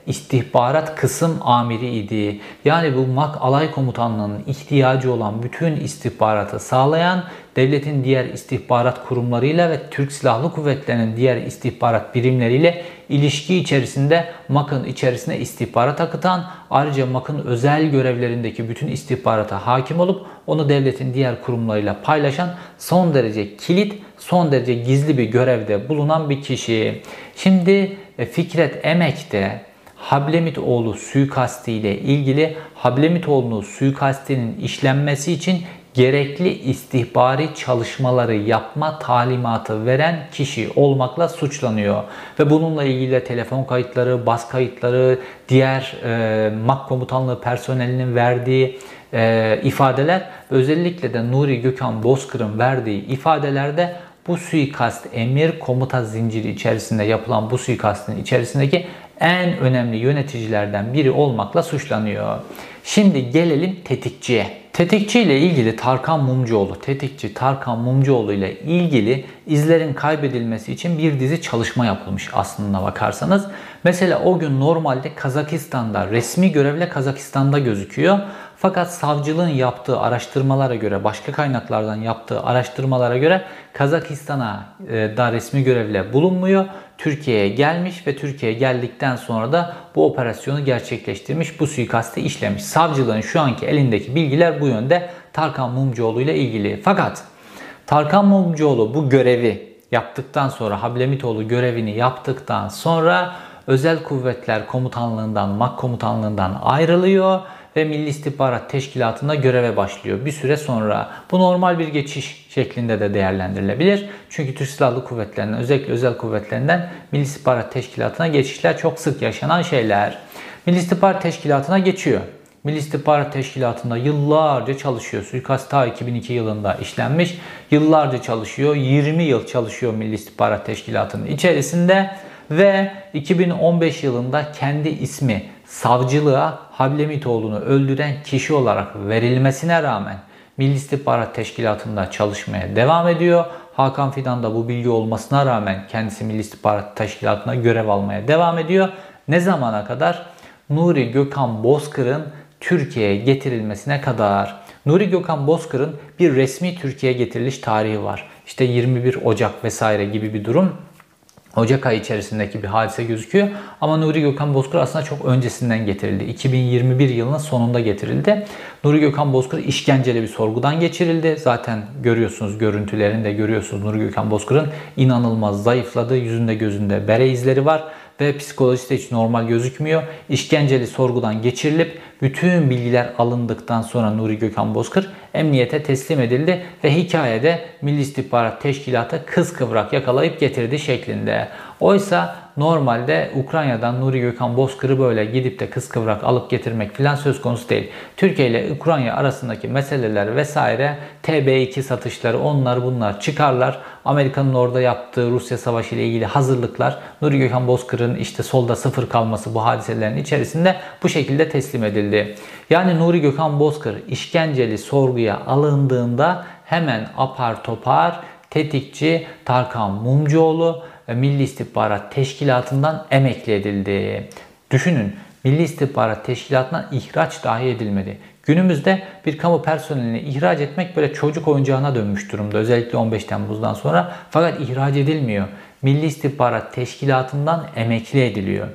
istihbarat kısım amiri idi. Yani bu MAK Alay Komutanlığı'nın ihtiyacı olan bütün istihbaratı sağlayan, devletin diğer istihbarat kurumlarıyla ve Türk Silahlı Kuvvetleri'nin diğer istihbarat birimleriyle ilişki içerisinde MAK'ın içerisine istihbarat akıtan, ayrıca MAK'ın özel görevlerindeki bütün istihbarata hakim olup onu devletin diğer kurumlarıyla paylaşan son derece kilit, son derece gizli bir görevde bulunan bir kişi. Şimdi Fikret Emek de Hablemitoğlu suikasti ile ilgili Hablemitoğlu suikastinin işlenmesi için gerekli istihbari çalışmaları yapma talimatı veren kişi olmakla suçlanıyor. Ve bununla ilgili telefon kayıtları, bas kayıtları, diğer MAK komutanlığı personelinin verdiği ifadeler, özellikle de Nuri Gökhan Bozkır'ın verdiği ifadelerde bu suikast, emir komuta zinciri içerisinde yapılan bu suikastın içerisindeki en önemli yöneticilerden biri olmakla suçlanıyor. Şimdi gelelim tetikçiye. Tetikçi ile ilgili Tarkan Mumcuoğlu, tetikçi Tarkan Mumcuoğlu ile ilgili izlerin kaybedilmesi için bir dizi çalışma yapılmış aslında bakarsanız. Mesela o gün normalde Kazakistan'da, resmi görevle Kazakistan'da gözüküyor. Fakat savcılığın yaptığı araştırmalara göre, başka kaynaklardan yaptığı araştırmalara göre Kazakistan'a da resmi görevle bulunmuyor. Türkiye'ye gelmiş ve Türkiye'ye geldikten sonra da bu operasyonu gerçekleştirmiş, bu suikastı işlemiş. Savcılığın şu anki elindeki bilgiler bu yönde Tarkan Mumcuoğlu ile ilgili. Fakat Tarkan Mumcuoğlu bu görevi yaptıktan sonra, Hablemitoğlu görevini yaptıktan sonra Özel Kuvvetler Komutanlığından, MAK Komutanlığından ayrılıyor ve Milli İstihbarat Teşkilatı'nda göreve başlıyor. Bir süre sonra bu normal bir geçiş şeklinde de değerlendirilebilir. Çünkü Türk Silahlı Kuvvetleri'nden, özellikle özel kuvvetlerinden Milli İstihbarat Teşkilatı'na geçişler çok sık yaşanan şeyler. Milli İstihbarat Teşkilatı'na geçiyor. Milli İstihbarat Teşkilatı'nda yıllarca çalışıyor. Suikast ta 2002 yılında işlenmiş. Yıllarca çalışıyor. 20 yıl çalışıyor Milli İstihbarat Teşkilatı'nın içerisinde ve 2015 yılında kendi ismi savcılığa Hablemitoğlu'nu öldüren kişi olarak verilmesine rağmen Milli İstihbarat Teşkilatı'nda çalışmaya devam ediyor. Hakan Fidan da bu bilgi olmasına rağmen kendisi Milli İstihbarat Teşkilatı'na görev almaya devam ediyor. Ne zamana kadar? Nuri Gökhan Bozkır'ın Türkiye'ye getirilmesine kadar. Nuri Gökhan Bozkır'ın bir resmi Türkiye'ye getiriliş tarihi var. İşte 21 Ocak vesaire gibi bir durum. Ocak ayı içerisindeki bir hadise gözüküyor. Ama Nuri Gökhan Bozkır aslında çok öncesinden getirildi. 2021 yılının sonunda getirildi. Nuri Gökhan Bozkır işkenceli bir sorgudan geçirildi. Zaten görüyorsunuz, görüntülerini de görüyorsunuz. Nuri Gökhan Bozkır'ın inanılmaz zayıfladı. Yüzünde gözünde bere izleri var. Ve psikolojisi de hiç normal gözükmüyor. İşkenceli sorgudan geçirilip bütün bilgiler alındıktan sonra Nuri Gökhan Bozkır emniyete teslim edildi ve hikayede Milli İstihbarat Teşkilatı kıskıvrak yakalayıp getirdi şeklinde. Oysa normalde Ukrayna'dan Nuri Gökhan Bozkır'ı böyle gidip de kıskıvrak alıp getirmek falan söz konusu değil. Türkiye ile Ukrayna arasındaki meseleler vesaire, TB2 satışları, onlar bunlar çıkarlar. Amerika'nın orada yaptığı Rusya Savaşı ile ilgili hazırlıklar, Nuri Gökhan Bozkır'ın işte solda sıfır kalması bu hadiselerin içerisinde bu şekilde teslim edildi. Yani Nuri Gökhan Bozkır işkenceli sorguya alındığında hemen apar topar tetikçi Tarkan Mumcuoğlu Milli İstihbarat Teşkilatı'ndan emekli edildi. Düşünün, Milli İstihbarat Teşkilatı'na ihraç dahi edilmedi. Günümüzde bir kamu personelini ihraç etmek böyle çocuk oyuncağına dönmüş durumda. Özellikle 15 Temmuz'dan sonra. Fakat ihraç edilmiyor. Milli İstihbarat Teşkilatı'ndan emekli ediliyor.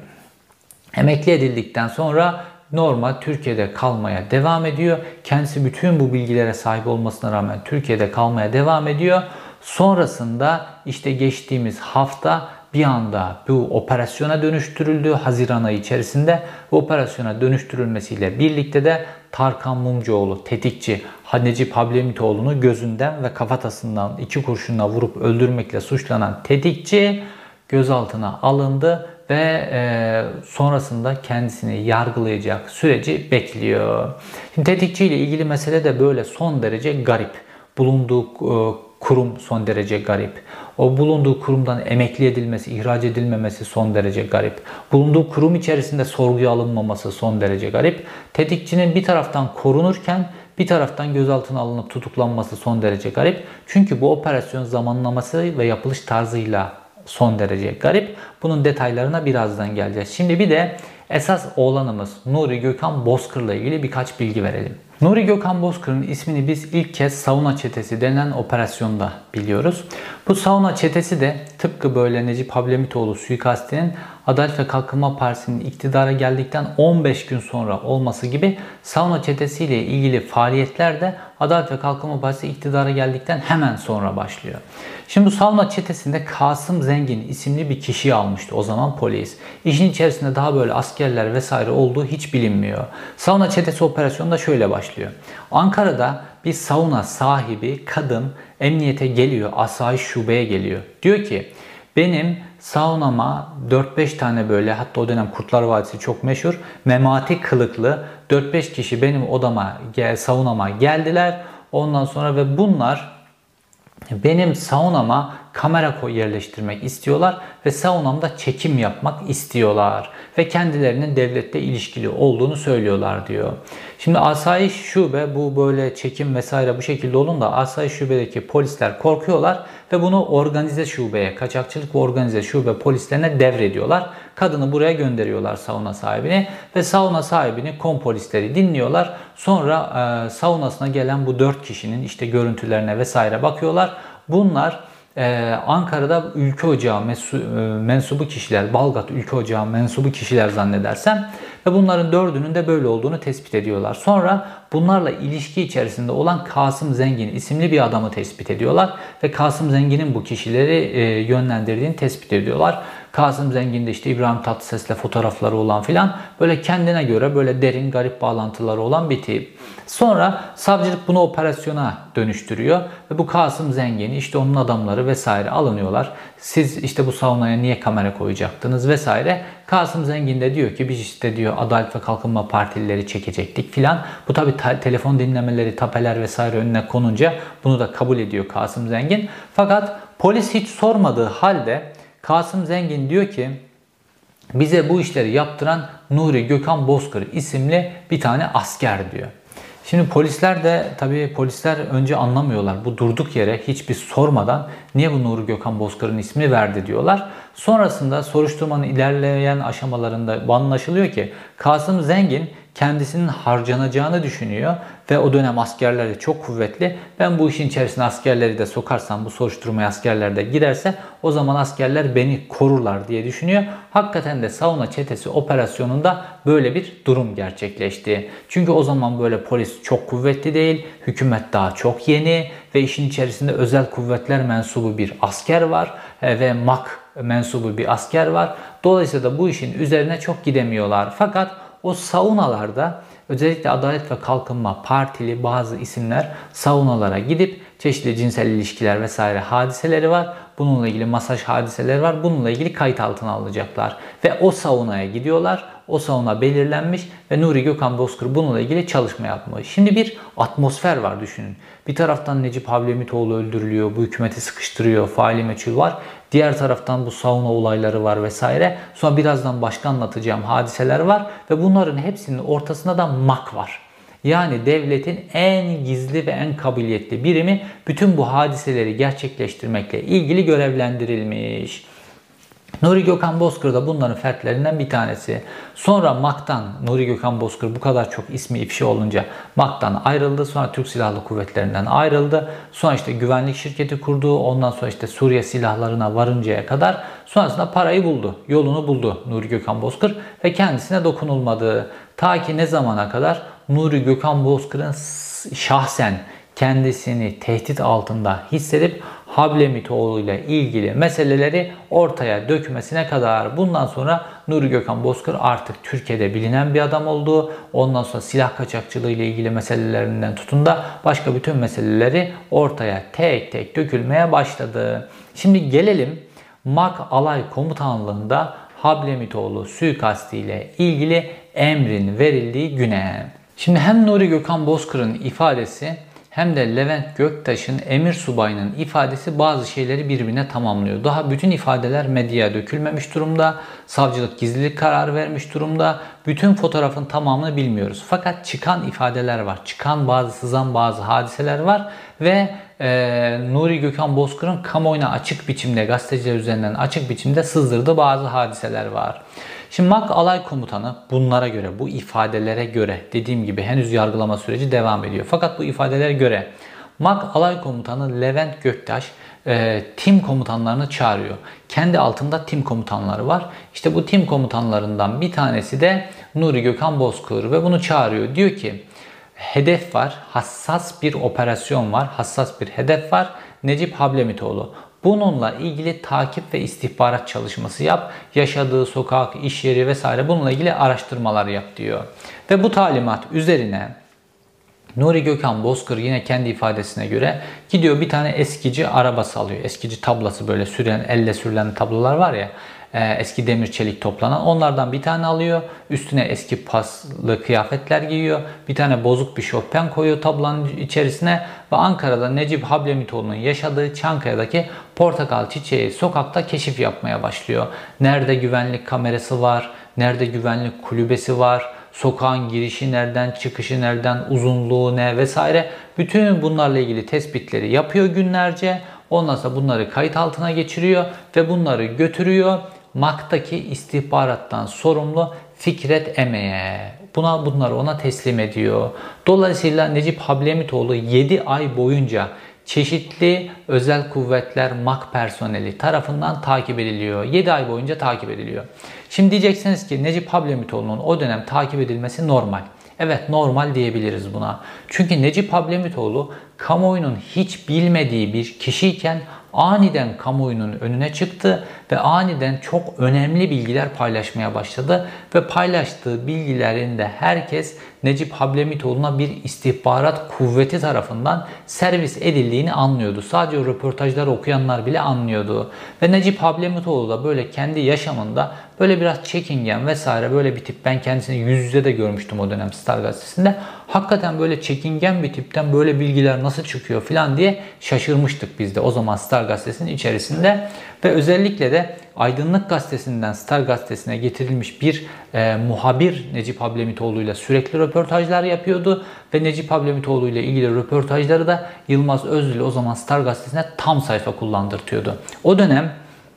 Emekli edildikten sonra normal Türkiye'de kalmaya devam ediyor. Kendisi bütün bu bilgilere sahip olmasına rağmen Türkiye'de kalmaya devam ediyor. Sonrasında işte geçtiğimiz hafta bir anda bu operasyona dönüştürüldü. Haziran ayı içerisinde bu operasyona dönüştürülmesiyle birlikte de Tarkan Mumcuoğlu tetikçi Necip Hablemitoğlu'nu gözünden ve kafatasından 2 kurşunla vurup öldürmekle suçlanan tetikçi gözaltına alındı ve sonrasında kendisini yargılayacak süreci bekliyor. Şimdi tetikçi ile ilgili mesele de böyle son derece garip. Bulunduğu kurum son derece garip. O bulunduğu kurumdan emekli edilmesi, ihraç edilmemesi son derece garip. Bulunduğu kurum içerisinde sorguya alınmaması son derece garip. Tetikçinin bir taraftan korunurken bir taraftan gözaltına alınıp tutuklanması son derece garip. Çünkü bu operasyon zamanlaması ve yapılış tarzıyla son derece garip. Bunun detaylarına birazdan geleceğiz. Şimdi bir de esas oğlanımız Nuri Gökhan Bozkır'la ilgili birkaç bilgi verelim. Nuri Gökhan Bozkır'ın ismini biz ilk kez Sauna Çetesi denilen operasyonda biliyoruz. Bu Sauna Çetesi de tıpkı böyle Necip Hablemitoğlu suikastinin Adalet ve Kalkınma Partisi'nin iktidara geldikten 15 gün sonra olması gibi Sauna Çetesi ile ilgili faaliyetler de Adalet ve Kalkınma Partisi iktidara geldikten hemen sonra başlıyor. Şimdi bu Sauna Çetesi'nde Kasım Zengin isimli bir kişiyi almıştı o zaman polis. İşin içerisinde daha böyle askerler vesaire olduğu hiç bilinmiyor. Sauna Çetesi operasyonu da şöyle başlıyor. Ankara'da bir sauna sahibi kadın emniyete geliyor, asayiş şubeye geliyor. Diyor ki benim saunama 4-5 tane böyle, hatta o dönem Kurtlar Vadisi çok meşhur, memati kılıklı 4-5 kişi benim odama, saunama geldiler. Ondan sonra ve bunlar benim saunama kamera yerleştirmek istiyorlar ve saunamda çekim yapmak istiyorlar ve kendilerinin devletle ilişkili olduğunu söylüyorlar diyor. Şimdi asayiş şube bu böyle çekim vesaire bu şekilde olunca asayiş şubedeki polisler korkuyorlar ve bunu organize şubeye, kaçakçılık ve organize şube polislerine devrediyorlar. Kadını buraya gönderiyorlar, sauna sahibini, ve sauna sahibini kompolisleri dinliyorlar. Sonra saunasına gelen bu 4 kişinin işte görüntülerine vesaire bakıyorlar. Bunlar Ankara'da ülke ocağı mensubu kişiler, Balgat ülke ocağı mensubu kişiler zannedersem, ve bunların 4'ünün de böyle olduğunu tespit ediyorlar. Sonra bunlarla ilişki içerisinde olan Kasım Zengin isimli bir adamı tespit ediyorlar ve Kasım Zengin'in bu kişileri yönlendirdiğini tespit ediyorlar. Kasım Zengin'de işte İbrahim Tatlıses'le fotoğrafları olan filan, böyle kendine göre böyle derin garip bağlantıları olan bir tip. Sonra savcılık bunu operasyona dönüştürüyor ve bu Kasım Zengin, işte onun adamları vesaire alınıyorlar. Siz işte bu saunaya niye kamera koyacaktınız vesaire. Kasım Zengin de diyor ki biz işte diyor Adalet ve Kalkınma Partilileri çekecektik filan. Bu tabi telefon dinlemeleri, tapeler vesaire önüne konunca bunu da kabul ediyor Kasım Zengin. Fakat polis hiç sormadığı halde Kasım Zengin diyor ki bize bu işleri yaptıran Nuri Gökhan Bozkır isimli bir tane asker diyor. Şimdi polisler de tabii önce anlamıyorlar. Bu durduk yere hiçbir sormadan niye bu Nuri Gökhan Bozkır'ın ismini verdi diyorlar. Sonrasında soruşturmanın ilerleyen aşamalarında anlaşılıyor ki Kasım Zengin kendisinin harcanacağını düşünüyor ve o dönem askerler de çok kuvvetli. Ben bu işin içerisine askerleri de sokarsam, bu soruşturmaya askerler de girerse o zaman askerler beni korurlar diye düşünüyor. Hakikaten de Sauna Çetesi operasyonunda böyle bir durum gerçekleşti. Çünkü o zaman böyle polis çok kuvvetli değil, hükümet daha çok yeni ve işin içerisinde özel kuvvetler mensubu bir asker var ve MAK mensubu bir asker var. Dolayısıyla da bu işin üzerine çok gidemiyorlar. Fakat o saunalarda özellikle Adalet ve Kalkınma Partili bazı isimler saunalara gidip çeşitli cinsel ilişkiler vesaire hadiseleri var. Bununla ilgili masaj hadiseleri var. Bununla ilgili kayıt altına alınacaklar. Ve o saunaya gidiyorlar. O sauna belirlenmiş ve Nuri Gökhan Bozkır bununla ilgili çalışma yapmış. Şimdi bir atmosfer var, düşünün. Bir taraftan Necip Hablemitoğlu öldürülüyor, bu hükümeti sıkıştırıyor, faili meçhul var. Diğer taraftan bu sauna olayları var vesaire. Sonra birazdan başka anlatacağım hadiseler var ve bunların hepsinin ortasında da MAK var. Yani devletin en gizli ve en kabiliyetli birimi bütün bu hadiseleri gerçekleştirmekle ilgili görevlendirilmiş. Nuri Gökhan Bozkır da bunların fertlerinden bir tanesi. Sonra MAK'tan, Nuri Gökhan Bozkır bu kadar çok ismi ifşa olunca MAK'tan ayrıldı. Sonra Türk Silahlı Kuvvetleri'nden ayrıldı. Sonra işte güvenlik şirketi kurdu. Ondan sonra işte Suriye silahlarına varıncaya kadar sonrasında parayı buldu. Yolunu buldu Nuri Gökhan Bozkır ve kendisine dokunulmadı. Ta ki ne zamana kadar? Nuri Gökhan Bozkır'ın şahsen kendisini tehdit altında hissedip Hablemitoğlu ile ilgili meseleleri ortaya dökmesine kadar. Bundan sonra Nuri Gökhan Bozkır artık Türkiye'de bilinen bir adam oldu. Ondan sonra silah kaçakçılığı ile ilgili meselelerinden tutun da başka bütün meseleleri ortaya tek tek dökülmeye başladı. Şimdi gelelim MAK Alay Komutanlığı'nda Hablemitoğlu suikastı ile ilgili emrin verildiği güne. Şimdi hem Nuri Gökhan Bozkır'ın ifadesi hem de Levent Göktaş'ın emir subayının ifadesi bazı şeyleri birbirine tamamlıyor. Daha bütün ifadeler medyaya dökülmemiş durumda. Savcılık gizlilik kararı vermiş durumda. Bütün fotoğrafın tamamını bilmiyoruz. Fakat çıkan ifadeler var. Sızan bazı hadiseler var ve Nuri Gökhan Bozkır'ın kamuoyuna açık biçimde, gazeteciler üzerinden açık biçimde sızdırdığı bazı hadiseler var. Şimdi MAK Alay Komutanı bunlara göre, bu ifadelere göre, dediğim gibi henüz yargılama süreci devam ediyor. Fakat bu ifadelere göre MAK Alay Komutanı Levent Göktaş tim komutanlarını çağırıyor. Kendi altında tim komutanları var. İşte bu tim komutanlarından bir tanesi de Nuri Gökhan Bozkır ve bunu çağırıyor. Diyor ki hedef var, hassas bir operasyon var, hassas bir hedef var. Necip Hablemitoğlu. Bununla ilgili takip ve istihbarat çalışması yap. Yaşadığı sokak, iş yeri vesaire bununla ilgili araştırmalar yap diyor. Ve bu talimat üzerine Nuri Gökhan Bozkır yine kendi ifadesine göre gidiyor bir tane eskici arabası alıyor. Eskici tablası, böyle süren, elle sürülen tablolar var ya, eski demir çelik toplanan, onlardan bir tane alıyor. Üstüne eski paslı kıyafetler giyiyor. Bir tane bozuk bir şofben koyuyor tablanın içerisine ve Ankara'da Necip Hablemitoğlu'nun yaşadığı Çankaya'daki Portakal Çiçeği sokakta keşif yapmaya başlıyor. Nerede güvenlik kamerası var, nerede güvenlik kulübesi var, sokağın girişi nereden, çıkışı nereden, uzunluğu ne vesaire. Bütün bunlarla ilgili tespitleri yapıyor günlerce. Ondan sonra bunları kayıt altına geçiriyor ve bunları götürüyor MAK'taki istihbarattan sorumlu Fikret Eme'ye. Bunları ona teslim ediyor. Dolayısıyla Necip Hablemitoğlu 7 ay boyunca çeşitli özel kuvvetler MAK personeli tarafından takip ediliyor. 7 ay boyunca takip ediliyor. Şimdi diyeceksiniz ki Necip Hablemitoğlu'nun o dönem takip edilmesi normal. Evet, normal diyebiliriz buna. Çünkü Necip Hablemitoğlu kamuoyunun hiç bilmediği bir kişiyken aniden kamuoyunun önüne çıktı ve aniden çok önemli bilgiler paylaşmaya başladı ve paylaştığı bilgilerinde herkes Necip Hablemitoğlu'na bir istihbarat kuvveti tarafından servis edildiğini anlıyordu. Sadece o röportajları okuyanlar bile anlıyordu. Ve Necip Hablemitoğlu da böyle kendi yaşamında böyle biraz çekingen vesaire böyle bir tip. Ben kendisini yüz yüze de görmüştüm o dönem Star Gazetesi'nde. Hakikaten böyle çekingen bir tipten böyle bilgiler nasıl çıkıyor falan diye şaşırmıştık biz de o zaman Star Gazetesi'nin içerisinde. Ve özellikle de Aydınlık Gazetesi'nden Star Gazetesi'ne getirilmiş bir muhabir Necip Hablemitoğlu ile sürekli röportajlar yapıyordu. Ve Necip Hablemitoğlu ile ilgili röportajları da Yılmaz Özdil o zaman Star Gazetesi'ne tam sayfa kullandırtıyordu. O dönem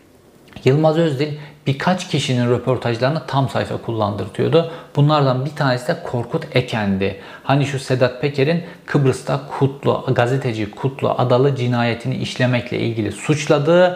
Yılmaz Özdil birkaç kişinin röportajlarını tam sayfa kullandırtıyordu. Bunlardan bir tanesi de Korkut Eken'di. Hani şu Sedat Peker'in Kıbrıs'ta gazeteci Kutlu Adalı cinayetini işlemekle ilgili suçladığı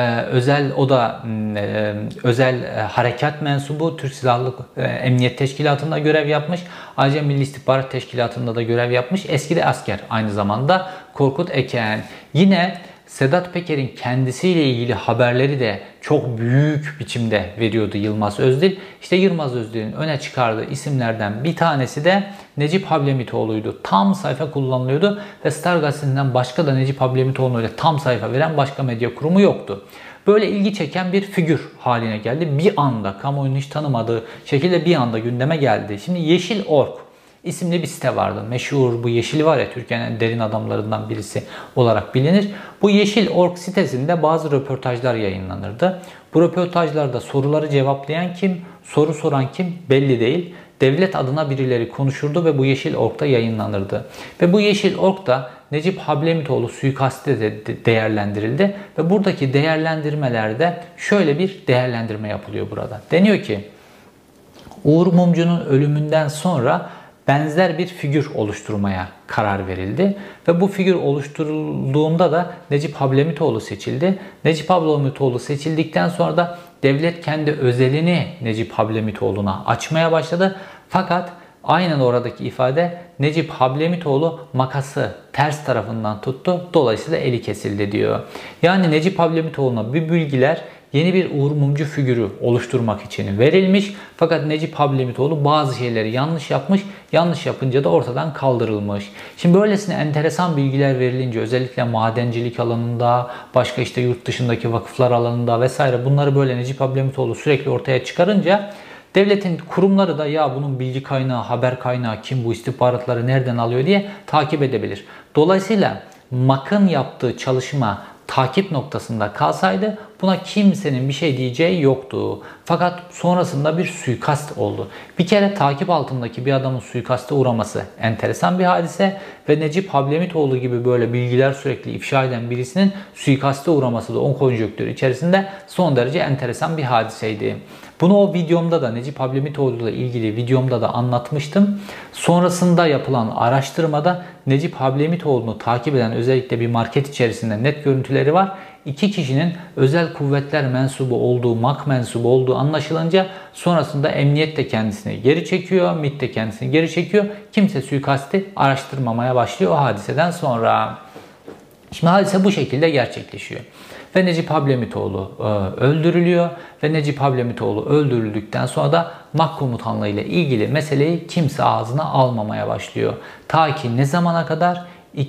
özel harekat mensubu, Türk Silahlı Emniyet Teşkilatı'nda görev yapmış. Ayrıca Milli İstihbarat Teşkilatı'nda da görev yapmış. Eski de asker aynı zamanda Korkut Eken. Yine Sedat Peker'in kendisiyle ilgili haberleri de çok büyük biçimde veriyordu Yılmaz Özdil. İşte Yılmaz Özdil'in öne çıkardığı isimlerden bir tanesi de Necip Hablemitoğlu'ydu. Tam sayfa kullanılıyordu ve Star Gazetesi'nden başka da Necip Hablemitoğlu'yla tam sayfa veren başka medya kurumu yoktu. Böyle ilgi çeken bir figür haline geldi. Bir anda kamuoyunun hiç tanımadığı şekilde bir anda gündeme geldi. Şimdi Yeşil Ork isimli bir site vardı. Meşhur, bu Yeşil var ya, Türkiye'nin en derin adamlarından birisi olarak bilinir. Bu Yeşil Ork sitesinde bazı röportajlar yayınlanırdı. Bu röportajlarda soruları cevaplayan kim, soru soran kim belli değil. Devlet adına birileri konuşurdu ve bu Yeşil Ork'ta yayınlanırdı. Ve bu Yeşil Ork'ta Necip Hablemitoğlu suikasti de değerlendirildi. Ve buradaki değerlendirmelerde şöyle bir değerlendirme yapılıyor burada. Deniyor ki Uğur Mumcu'nun ölümünden sonra benzer bir figür oluşturmaya karar verildi. Ve bu figür oluşturulduğunda da Necip Hablemitoğlu seçildi. Necip Hablemitoğlu seçildikten sonra da devlet kendi özelini Necip Hablemitoğlu'na açmaya başladı. Fakat aynen oradaki ifade Necip Hablemitoğlu makası ters tarafından tuttu. Dolayısıyla eli kesildi diyor. Yani Necip Hablemitoğlu'na bu bilgiler yeni bir Uğur Mumcu figürü oluşturmak için verilmiş. Fakat Necip Hablemitoğlu bazı şeyleri yanlış yapmış. Yanlış yapınca da ortadan kaldırılmış. Şimdi böylesine enteresan bilgiler verilince özellikle madencilik alanında, başka işte yurt dışındaki vakıflar alanında vesaire bunları böyle Necip Hablemitoğlu sürekli ortaya çıkarınca devletin kurumları da ya bunun bilgi kaynağı, haber kaynağı kim, bu istihbaratları nereden alıyor diye takip edebilir. Dolayısıyla MAK'ın yaptığı çalışma takip noktasında kalsaydı buna kimsenin bir şey diyeceği yoktu. Fakat sonrasında bir suikast oldu. Bir kere takip altındaki bir adamın suikaste uğraması enteresan bir hadise ve Necip Hablemitoğlu gibi böyle bilgiler sürekli ifşa eden birisinin suikaste uğraması da o konjonktür içerisinde son derece enteresan bir hadiseydi. Bunu o videomda da Necip Hablemitoğlu ile ilgili videomda da anlatmıştım. Sonrasında yapılan araştırmada Necip Hablemitoğlu'nu takip eden özellikle bir market içerisinde net görüntüleri var. İki kişinin özel kuvvetler mensubu olduğu, MAK mensubu olduğu anlaşılınca sonrasında emniyet de kendisini geri çekiyor, MİT de kendisini geri çekiyor. Kimse suikasti araştırmamaya başlıyor o hadiseden sonra. Şimdi hadise bu şekilde gerçekleşiyor. Ve Necip Hablemitoğlu öldürülüyor ve Necip Hablemitoğlu öldürüldükten sonra da MAK komutanlığı ile ilgili meseleyi kimse ağzına almamaya başlıyor. Ta ki ne zamana kadar?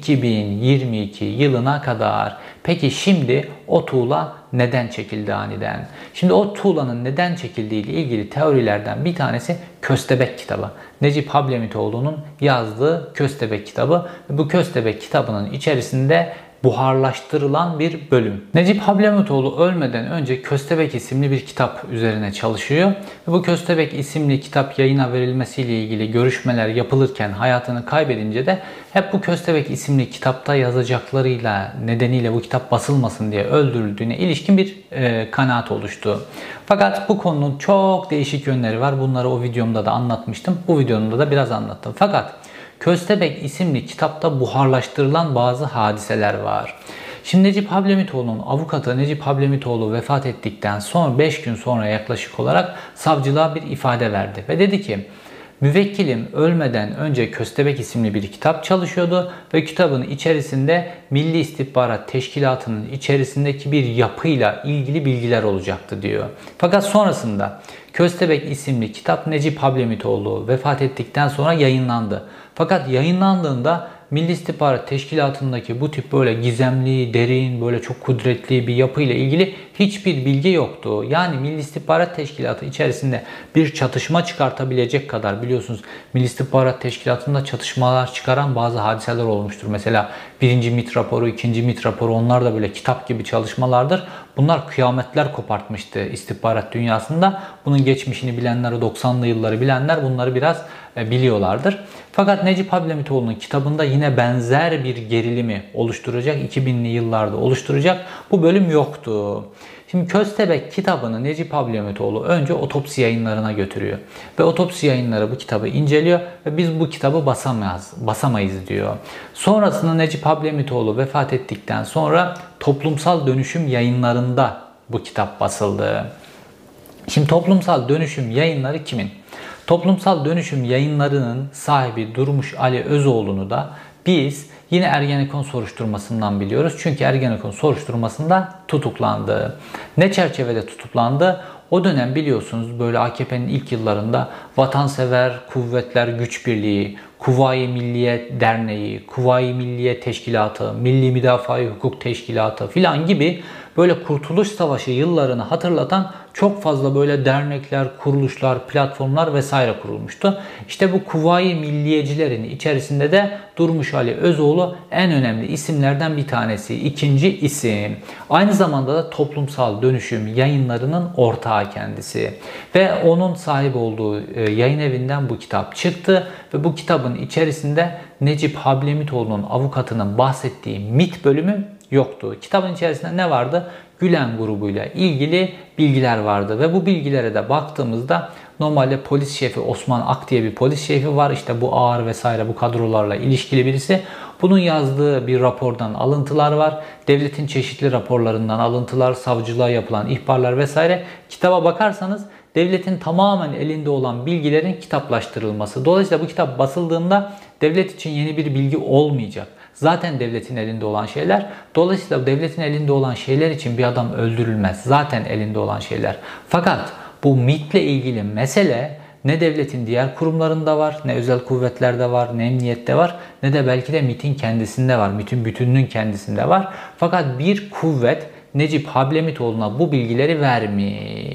2022 yılına kadar. Peki şimdi o tuğla neden çekildi aniden? Şimdi o tuğlanın neden çekildiği ile ilgili teorilerden bir tanesi Köstebek kitabı. Necip Hablemitoğlu'nun yazdığı Köstebek kitabı. Bu Köstebek kitabının içerisinde buharlaştırılan bir bölüm. Necip Hablemitoğlu ölmeden önce Köstebek isimli bir kitap üzerine çalışıyor. Bu Köstebek isimli kitap yayına verilmesiyle ilgili görüşmeler yapılırken hayatını kaybedince de hep bu Köstebek isimli kitapta yazacaklarıyla nedeniyle bu kitap basılmasın diye öldürüldüğüne ilişkin bir kanaat oluştu. Fakat bu konunun çok değişik yönleri var. Bunları o videomda da anlatmıştım. Bu videomda da biraz anlattım. Fakat Köstebek isimli kitapta buharlaştırılan bazı hadiseler var. Şimdi Necip Hablemitoğlu'nun avukatı Necip Hablemitoğlu vefat ettikten sonra 5 gün sonra yaklaşık olarak savcılığa bir ifade verdi. Ve dedi ki müvekkilim ölmeden önce Köstebek isimli bir kitap çalışıyordu ve kitabın içerisinde Milli İstihbarat Teşkilatı'nın içerisindeki bir yapıyla ilgili bilgiler olacaktı diyor. Fakat sonrasında Köstebek isimli kitap Necip Hablemitoğlu vefat ettikten sonra yayınlandı. Fakat yayınlandığında Milli İstihbarat Teşkilatı'ndaki bu tip böyle gizemli, derin, böyle çok kudretli bir yapıyla ilgili hiçbir bilgi yoktu. Yani Milli İstihbarat Teşkilatı içerisinde bir çatışma çıkartabilecek kadar biliyorsunuz Milli İstihbarat Teşkilatı'nda çatışmalar çıkaran bazı hadiseler olmuştur. Mesela 1. MİT raporu, 2. MİT raporu onlar da böyle kitap gibi çalışmalardır. Bunlar kıyametler kopartmıştı istihbarat dünyasında. Bunun geçmişini bilenler, 90'lı yılları bilenler bunları biraz biliyorlardır. Fakat Necip Hablemitoğlu'nun kitabında yine benzer bir gerilimi oluşturacak, 2000'li yıllarda oluşturacak bu bölüm yoktu. Şimdi Köstebek kitabını Necip Hablemitoğlu önce otopsi yayınlarına götürüyor. Ve otopsi yayınları bu kitabı inceliyor ve biz bu kitabı basamayız diyor. Sonrasında Necip Hablemitoğlu vefat ettikten sonra Toplumsal Dönüşüm Yayınlarında bu kitap basıldı. Şimdi Toplumsal Dönüşüm Yayınları kimin? Toplumsal Dönüşüm Yayınları'nın sahibi Durmuş Ali Özoğlu'nu da biz yine Ergenekon soruşturmasından biliyoruz. Çünkü Ergenekon soruşturmasında tutuklandı. Ne çerçevede tutuklandı? O dönem biliyorsunuz böyle AKP'nin ilk yıllarında Vatansever Kuvvetler Güç Birliği, Kuvayi Milliye Derneği, Kuvayi Milliye Teşkilatı, Milli Müdafaa Hukuk Teşkilatı filan gibi böyle Kurtuluş Savaşı yıllarını hatırlatan çok fazla böyle dernekler, kuruluşlar, platformlar vesaire kurulmuştu. İşte bu Kuvayi Milliyecilerin içerisinde de Durmuş Ali Özoğlu en önemli isimlerden bir tanesi, ikinci isim. Aynı zamanda da Toplumsal Dönüşüm Yayınları'nın ortağı kendisi. Ve onun sahip olduğu yayın evinden bu kitap çıktı ve bu kitabın içerisinde Necip Hablemitoğlu'nun avukatının bahsettiği MİT bölümü yoktu. Kitabın içerisinde ne vardı? Gülen grubuyla ilgili bilgiler vardı ve bu bilgilere de baktığımızda normalde polis şefi Osman Ak diye bir polis şefi var. İşte bu ağır vesaire bu kadrolarla ilişkili birisi. Bunun yazdığı bir rapordan alıntılar var. Devletin çeşitli raporlarından alıntılar, savcılığa yapılan ihbarlar vesaire. Kitaba bakarsanız devletin tamamen elinde olan bilgilerin kitaplaştırılması. Dolayısıyla bu kitap basıldığında devlet için yeni bir bilgi olmayacak. Zaten devletin elinde olan şeyler. Dolayısıyla devletin elinde olan şeyler için bir adam öldürülmez. Zaten elinde olan şeyler. Fakat bu MİT'le ilgili mesele ne devletin diğer kurumlarında var, ne özel kuvvetlerde var, ne emniyette var, ne de belki de MİT'in kendisinde var. MİT'in bütününün kendisinde var. Fakat bir kuvvet Necip Hablemitoğlu'na bu bilgileri vermiş.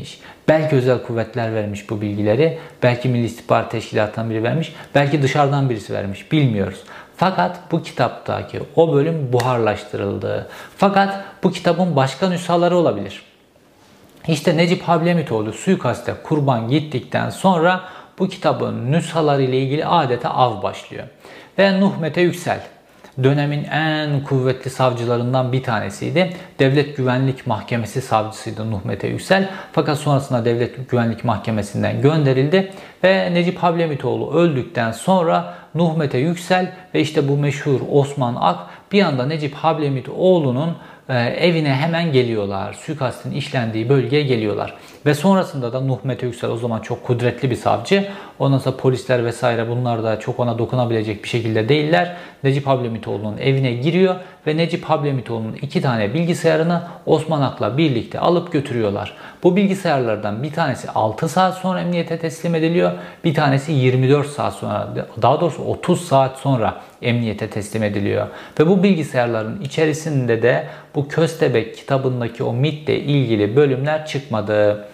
Belki özel kuvvetler vermiş bu bilgileri, belki Milli İstihbarat Teşkilatı'ndan biri vermiş, belki dışarıdan birisi vermiş, bilmiyoruz. Fakat bu kitaptaki o bölüm buharlaştırıldı. Fakat bu kitabın başka nüshaları olabilir. İşte Necip Hablemitoğlu suikaste kurban gittikten sonra bu kitabın nüshaları ile ilgili adeta av başlıyor. Ve Nuh Mete Yüksel dönemin en kuvvetli savcılarından bir tanesiydi. Devlet Güvenlik Mahkemesi savcısıydı Nuh Mete Yüksel. Fakat sonrasında Devlet Güvenlik Mahkemesi'nden gönderildi. Ve Necip Hablemitoğlu öldükten sonra Nuh Mete Yüksel ve işte bu meşhur Osman Ak bir anda Necip Hablemitoğlu'nun evine hemen geliyorlar. Suikastin işlendiği bölgeye geliyorlar. Ve sonrasında da Nuh Mete Yüksel o zaman çok kudretli bir savcı. Ondan sonra polisler vesaire bunlar da çok ona dokunabilecek bir şekilde değiller. Necip Hablemitoğlu'nun evine giriyor ve Necip Hablemitoğlu'nun 2 tane bilgisayarını Osman Ak'la birlikte alıp götürüyorlar. Bu bilgisayarlardan bir tanesi 6 saat sonra emniyete teslim ediliyor. Bir tanesi 24 saat sonra, daha doğrusu 30 saat sonra emniyete teslim ediliyor. Ve bu bilgisayarların içerisinde de bu Köstebek kitabındaki o MİT'le ilgili bölümler çıkmadı.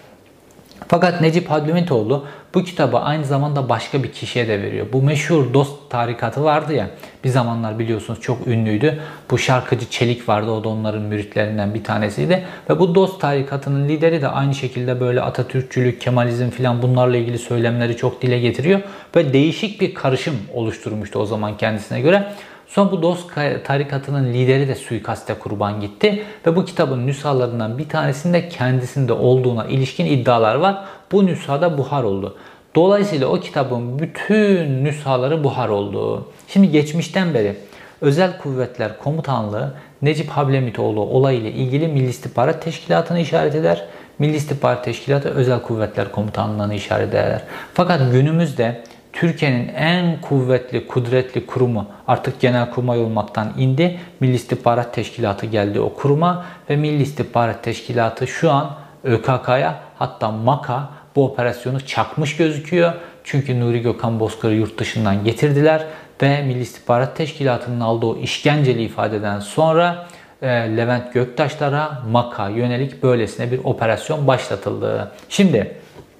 Fakat Necip Hablemitoğlu bu kitabı aynı zamanda başka bir kişiye de veriyor. Bu meşhur Dost tarikatı vardı ya, bir zamanlar biliyorsunuz çok ünlüydü. Bu şarkıcı Çelik vardı, o da onların müritlerinden bir tanesiydi. Ve bu Dost tarikatının lideri de aynı şekilde böyle Atatürkçülük, Kemalizm filan bunlarla ilgili söylemleri çok dile getiriyor. Böyle değişik bir karışım oluşturmuştu o zaman kendisine göre. Sonra bu Dost tarikatının lideri de suikaste kurban gitti ve bu kitabın nüshalarından bir tanesinde kendisinde olduğuna ilişkin iddialar var. Bu nüshada buhar oldu. Dolayısıyla o kitabın bütün nüshaları buhar oldu. Şimdi geçmişten beri Özel Kuvvetler Komutanlığı Necip Hablemitoğlu olayıyla ilgili Milli İstihbarat Teşkilatı'nı işaret eder. Milli İstihbarat Teşkilatı Özel Kuvvetler Komutanlığı'nı işaret eder. Fakat günümüzde Türkiye'nin en kuvvetli, kudretli kurumu artık Genelkurmay olmaktan indi. Milli İstihbarat Teşkilatı geldi o kuruma ve Milli İstihbarat Teşkilatı şu an ÖKK'ya hatta MAK'a bu operasyonu çakmış gözüküyor. Çünkü Nuri Gökhan Bozkır'ı yurt dışından getirdiler ve Milli İstihbarat Teşkilatı'nın aldığı o işkenceli ifadeden sonra Levent Göktaşlar'a MAK'a yönelik böylesine bir operasyon başlatıldı. Şimdi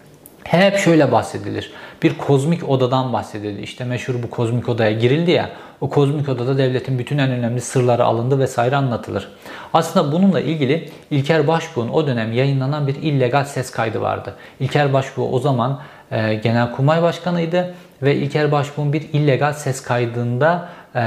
hep şöyle bahsedilir. Bir kozmik odadan bahsedilir. İşte meşhur bu kozmik odaya girildi ya. O kozmik odada devletin bütün en önemli sırları alındı vesaire anlatılır. Aslında bununla ilgili İlker Başbuğ'un o dönem yayınlanan bir illegal ses kaydı vardı. İlker Başbuğ o zaman Genelkurmay Başkanıydı ve İlker Başbuğ'un bir illegal ses kaydında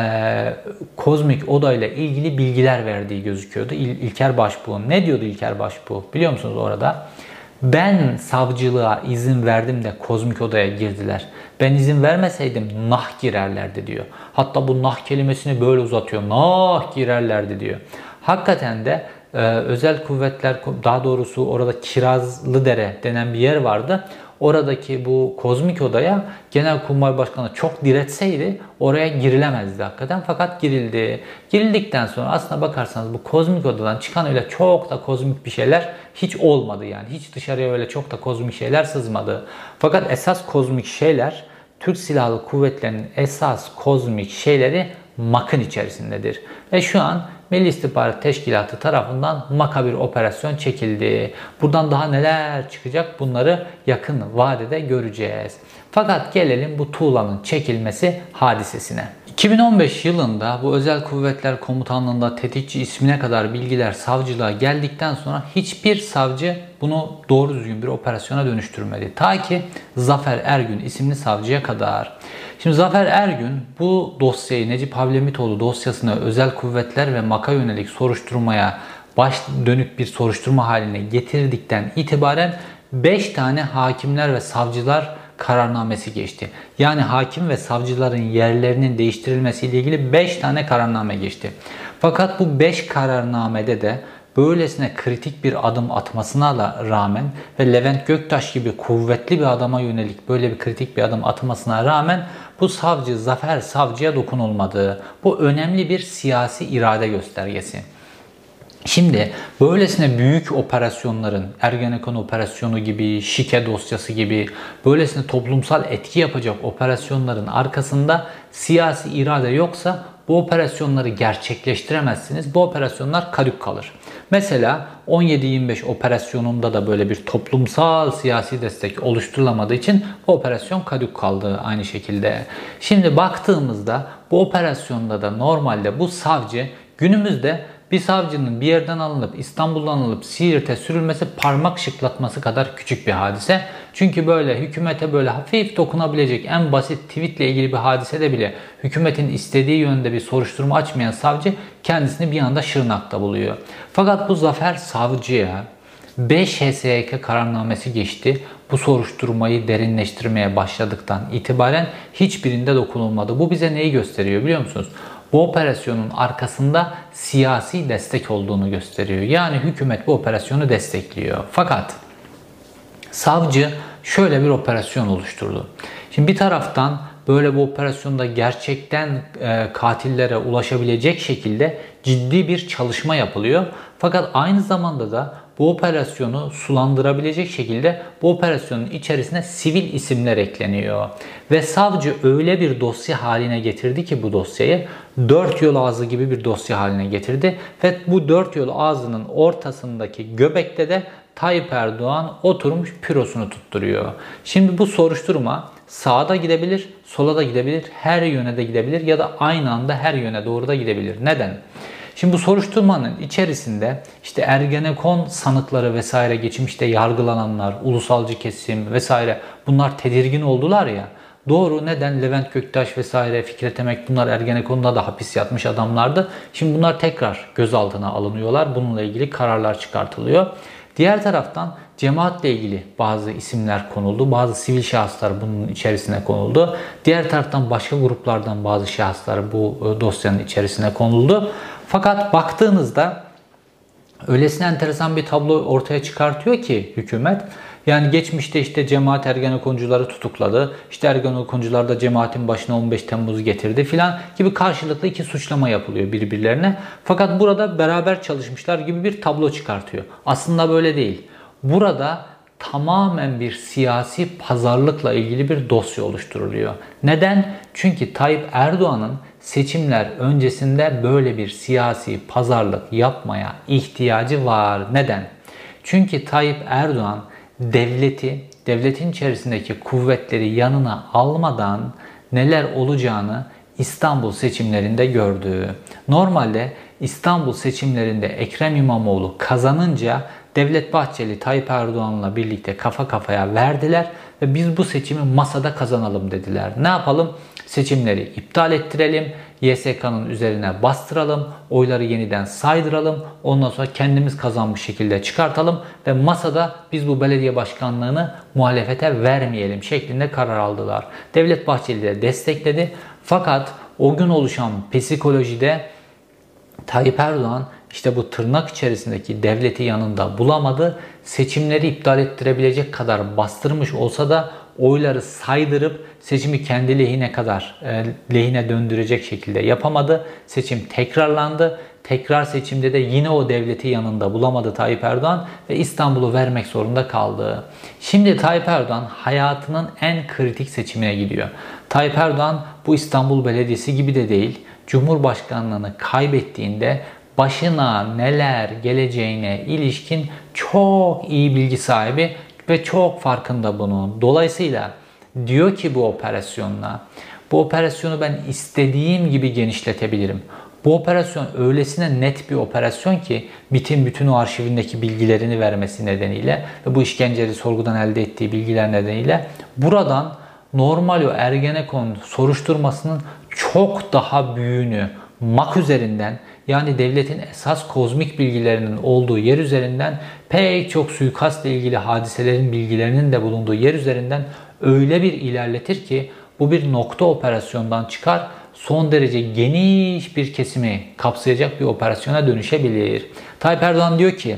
kozmik odayla ilgili bilgiler verdiği gözüküyordu. İlker Başbuğ ne diyordu İlker Başbuğ biliyor musunuz orada? Ben savcılığa izin verdim de kozmik odaya girdiler. Ben izin vermeseydim nah girerlerdi diyor. Hatta bu nah kelimesini böyle uzatıyor. Nah girerlerdi diyor. Hakikaten de özel kuvvetler, daha doğrusu orada Kirazlıdere denen bir yer vardı. Oradaki bu kozmik odaya Genelkurmay Başkanı çok diretseydi oraya girilemezdi hakikaten. Fakat girildi. Girildikten sonra aslına bakarsanız bu kozmik odadan çıkan öyle çok da kozmik bir şeyler hiç olmadı yani. Hiç dışarıya öyle çok da kozmik şeyler sızmadı. Fakat esas kozmik şeyler, Türk Silahlı Kuvvetleri'nin esas kozmik şeyleri MAK'ın içerisindedir. Ve şu an Milli İstihbarat Teşkilatı tarafından MAK'a bir operasyon çekildi. Buradan daha neler çıkacak bunları yakın vadede göreceğiz. Fakat gelelim bu tuğlanın çekilmesi hadisesine. 2015 yılında bu Özel Kuvvetler Komutanlığı'nda tetikçi ismine kadar bilgiler savcılığa geldikten sonra hiçbir savcı bunu doğru düzgün bir operasyona dönüştürmedi. Ta ki Zafer Ergün isimli savcıya kadar. Şimdi Zafer Ergün bu dosyayı, Necip Hablemitoğlu dosyasını Özel Kuvvetler ve MAK'a yönelik soruşturmaya baş dönük bir soruşturma haline getirdikten itibaren 5 tane hakimler ve savcılar kararnamesi geçti. Yani hakim ve savcıların yerlerinin değiştirilmesiyle ilgili 5 tane kararname geçti. Fakat bu 5 kararnamede de böylesine kritik bir adım atmasına rağmen ve Levent Göktaş gibi kuvvetli bir adama yönelik böyle bir kritik bir adım atmasına rağmen bu savcı Zafer Savcı'ya dokunulmadı. Bu önemli bir siyasi irade göstergesi. Şimdi böylesine büyük operasyonların, Ergenekon operasyonu gibi, şike dosyası gibi böylesine toplumsal etki yapacak operasyonların arkasında siyasi irade yoksa bu operasyonları gerçekleştiremezsiniz. Bu operasyonlar kadük kalır. Mesela 17-25 operasyonunda da böyle bir toplumsal siyasi destek oluşturulamadığı için bu operasyon kadük kaldı aynı şekilde. Şimdi baktığımızda bu operasyonda da normalde bu savcı, günümüzde bir savcının bir yerden alınıp İstanbul'dan alınıp Siirt'e sürülmesi parmak şıklatması kadar küçük bir hadise. Çünkü böyle hükümete böyle hafif dokunabilecek en basit tweetle ilgili bir hadisede bile hükümetin istediği yönde bir soruşturma açmayan savcı kendisini bir anda Şırnak'ta buluyor. Fakat bu Zafer Savcı'ya 5 HSYK kararnamesi geçti. Bu soruşturmayı derinleştirmeye başladıktan itibaren hiçbirinde dokunulmadı. Bu bize neyi gösteriyor biliyor musunuz? Bu operasyonun arkasında siyasi destek olduğunu gösteriyor. Yani hükümet bu operasyonu destekliyor. Fakat savcı şöyle bir operasyon oluşturdu. Şimdi bir taraftan böyle bu operasyonda gerçekten katillere ulaşabilecek şekilde ciddi bir çalışma yapılıyor. Fakat aynı zamanda da bu operasyonu sulandırabilecek şekilde bu operasyonun içerisine sivil isimler ekleniyor. Ve savcı öyle bir dosya haline getirdi ki bu dosyayı 4 yol ağzı gibi bir dosya haline getirdi. Ve bu 4 yol ağzının ortasındaki göbekte de Tayyip Erdoğan oturmuş pürosunu tutturuyor. Şimdi bu soruşturma sağa gidebilir, sola da gidebilir, her yöne de gidebilir ya da aynı anda her yöne doğru da gidebilir. Neden? Şimdi bu soruşturmanın içerisinde işte Ergenekon sanıkları vesaire, geçmişte yargılananlar, ulusalcı kesim vesaire, bunlar tedirgin oldular ya. Doğru, neden? Levent Göktaş vesaire, Fikret Emek, bunlar Ergenekon'da da hapis yatmış adamlardı. Şimdi bunlar tekrar gözaltına alınıyorlar. Bununla ilgili kararlar çıkartılıyor. Diğer taraftan cemaatle ilgili bazı isimler konuldu. Bazı sivil şahıslar bunun içerisine konuldu. Diğer taraftan başka gruplardan bazı şahıslar bu dosyanın içerisine konuldu. Fakat baktığınızda öylesine enteresan bir tablo ortaya çıkartıyor ki hükümet. Yani geçmişte işte cemaat Ergenekoncuları tutukladı. İşte Ergenekoncular da cemaatin başına 15 Temmuz'u getirdi filan gibi karşılıklı iki suçlama yapılıyor birbirlerine. Fakat burada beraber çalışmışlar gibi bir tablo çıkartıyor. Aslında böyle değil. Burada tamamen bir siyasi pazarlıkla ilgili bir dosya oluşturuluyor. Neden? Çünkü Tayyip Erdoğan'ın seçimler öncesinde böyle bir siyasi pazarlık yapmaya ihtiyacı var. Neden? Çünkü Tayyip Erdoğan devletin içerisindeki kuvvetleri yanına almadan neler olacağını İstanbul seçimlerinde gördü. Normalde İstanbul seçimlerinde Ekrem İmamoğlu kazanınca Devlet Bahçeli Tayyip Erdoğan'la birlikte kafa kafaya verdiler ve biz bu seçimi masada kazanalım dediler. Ne yapalım? Seçimleri iptal ettirelim, YSK'nın üzerine bastıralım, oyları yeniden saydıralım, ondan sonra kendimiz kazanmış şekilde çıkartalım ve masada biz bu belediye başkanlığını muhalefete vermeyelim şeklinde karar aldılar. Devlet Bahçeli de destekledi. Fakat o gün oluşan psikolojide Tayyip Erdoğan işte bu tırnak içerisindeki devleti yanında bulamadı. Seçimleri iptal ettirebilecek kadar bastırmış olsa da oyları saydırıp seçimi kendi lehine döndürecek şekilde yapamadı. Seçim tekrarlandı. Tekrar seçimde de yine o devleti yanında bulamadı Tayyip Erdoğan ve İstanbul'u vermek zorunda kaldı. Şimdi Tayyip Erdoğan hayatının en kritik seçimine gidiyor. Tayyip Erdoğan bu İstanbul Belediyesi gibi de değil. Cumhurbaşkanlığını kaybettiğinde başına neler geleceğine ilişkin çok iyi bilgi sahibi ve çok farkında bunun. Dolayısıyla diyor ki bu operasyonu ben istediğim gibi genişletebilirim. Bu operasyon öylesine net bir operasyon ki MİT'in bütün o arşivindeki bilgilerini vermesi nedeniyle ve bu işkenceli sorgudan elde ettiği bilgiler nedeniyle buradan normal o Ergenekon soruşturmasının çok daha büyüğünü MAK üzerinden, yani devletin esas kozmik bilgilerinin olduğu yer üzerinden, pek çok suikastla ilgili hadiselerin bilgilerinin de bulunduğu yer üzerinden öyle bir ilerletir ki bu bir nokta operasyondan çıkar, son derece geniş bir kesimi kapsayacak bir operasyona dönüşebilir. Tayyip Erdoğan diyor ki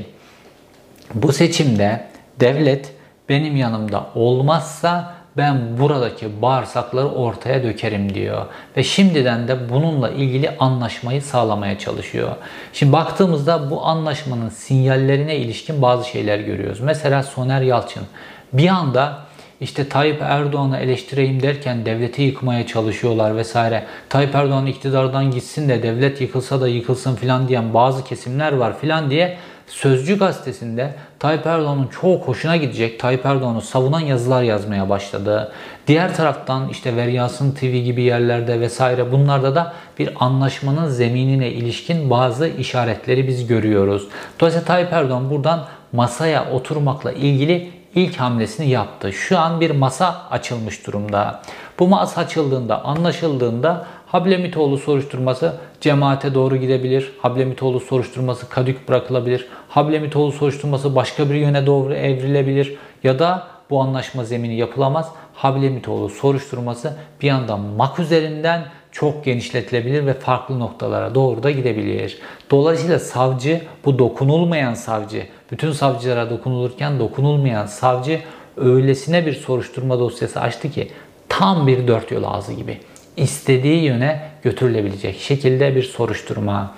bu seçimde devlet benim yanımda olmazsa ben buradaki bağırsakları ortaya dökerim diyor. Ve şimdiden de bununla ilgili anlaşmayı sağlamaya çalışıyor. Şimdi baktığımızda bu anlaşmanın sinyallerine ilişkin bazı şeyler görüyoruz. Mesela Soner Yalçın bir anda işte Tayyip Erdoğan'ı eleştireyim derken devleti yıkmaya çalışıyorlar vesaire. Tayyip Erdoğan iktidardan gitsin de devlet yıkılsa da yıkılsın filan diyen bazı kesimler var filan diye Sözcü gazetesinde Tayyip Erdoğan'ın çok hoşuna gidecek, Tayyip Erdoğan'ı savunan yazılar yazmaya başladı. Diğer taraftan işte Veryasın TV gibi yerlerde vesaire bunlarda da bir anlaşmanın zeminine ilişkin bazı işaretleri biz görüyoruz. Dolayısıyla Tayyip Erdoğan buradan masaya oturmakla ilgili ilk hamlesini yaptı. Şu an bir masa açılmış durumda. Bu masa açıldığında, anlaşıldığında Hablemitoğlu soruşturması cemaate doğru gidebilir. Hablemitoğlu soruşturması kadük bırakılabilir. Hablemitoğlu soruşturması başka bir yöne doğru evrilebilir. Ya da bu anlaşma zemini yapılamaz. Hablemitoğlu soruşturması bir yandan MAK üzerinden çok genişletilebilir ve farklı noktalara doğru da gidebilir. Dolayısıyla savcı, bu dokunulmayan savcı, bütün savcılara dokunulurken dokunulmayan savcı öylesine bir soruşturma dosyası açtı ki tam bir dört yol ağzı gibi. İstediği yöne götürülebilecek şekilde bir soruşturma.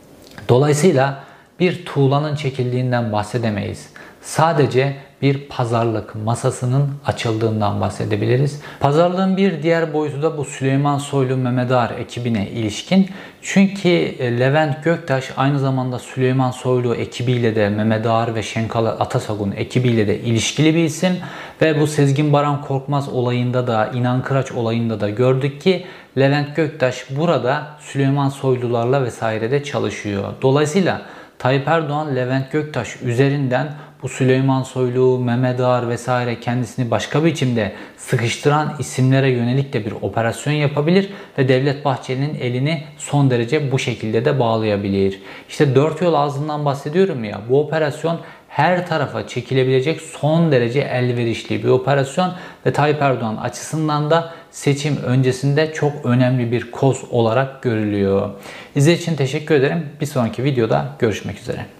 Dolayısıyla bir tuğlanın çekildiğinden bahsedemeyiz. Sadece bir pazarlık masasının açıldığından bahsedebiliriz. Pazarlığın bir diğer boyutu da bu Süleyman Soylu Mehmet Ağar ekibine ilişkin. Çünkü Levent Göktaş aynı zamanda Süleyman Soylu ekibiyle de Mehmet Ağar ve Şenkal Atasagun ekibiyle de ilişkili bir isim. Ve bu Sezgin Baran Korkmaz olayında da İnan Kıraç olayında da gördük ki Levent Göktaş burada Süleyman Soylularla vesairede çalışıyor. Dolayısıyla Tayyip Erdoğan Levent Göktaş üzerinden bu Süleyman Soylu, Mehmet Ağar vesaire kendisini başka bir biçimde sıkıştıran isimlere yönelik de bir operasyon yapabilir ve Devlet Bahçeli'nin elini son derece bu şekilde de bağlayabilir. İşte dört yol ağzından bahsediyorum ya, bu operasyon her tarafa çekilebilecek son derece elverişli bir operasyon ve Tayyip Erdoğan açısından da seçim öncesinde çok önemli bir koz olarak görülüyor. İzlediğiniz için teşekkür ederim. Bir sonraki videoda görüşmek üzere.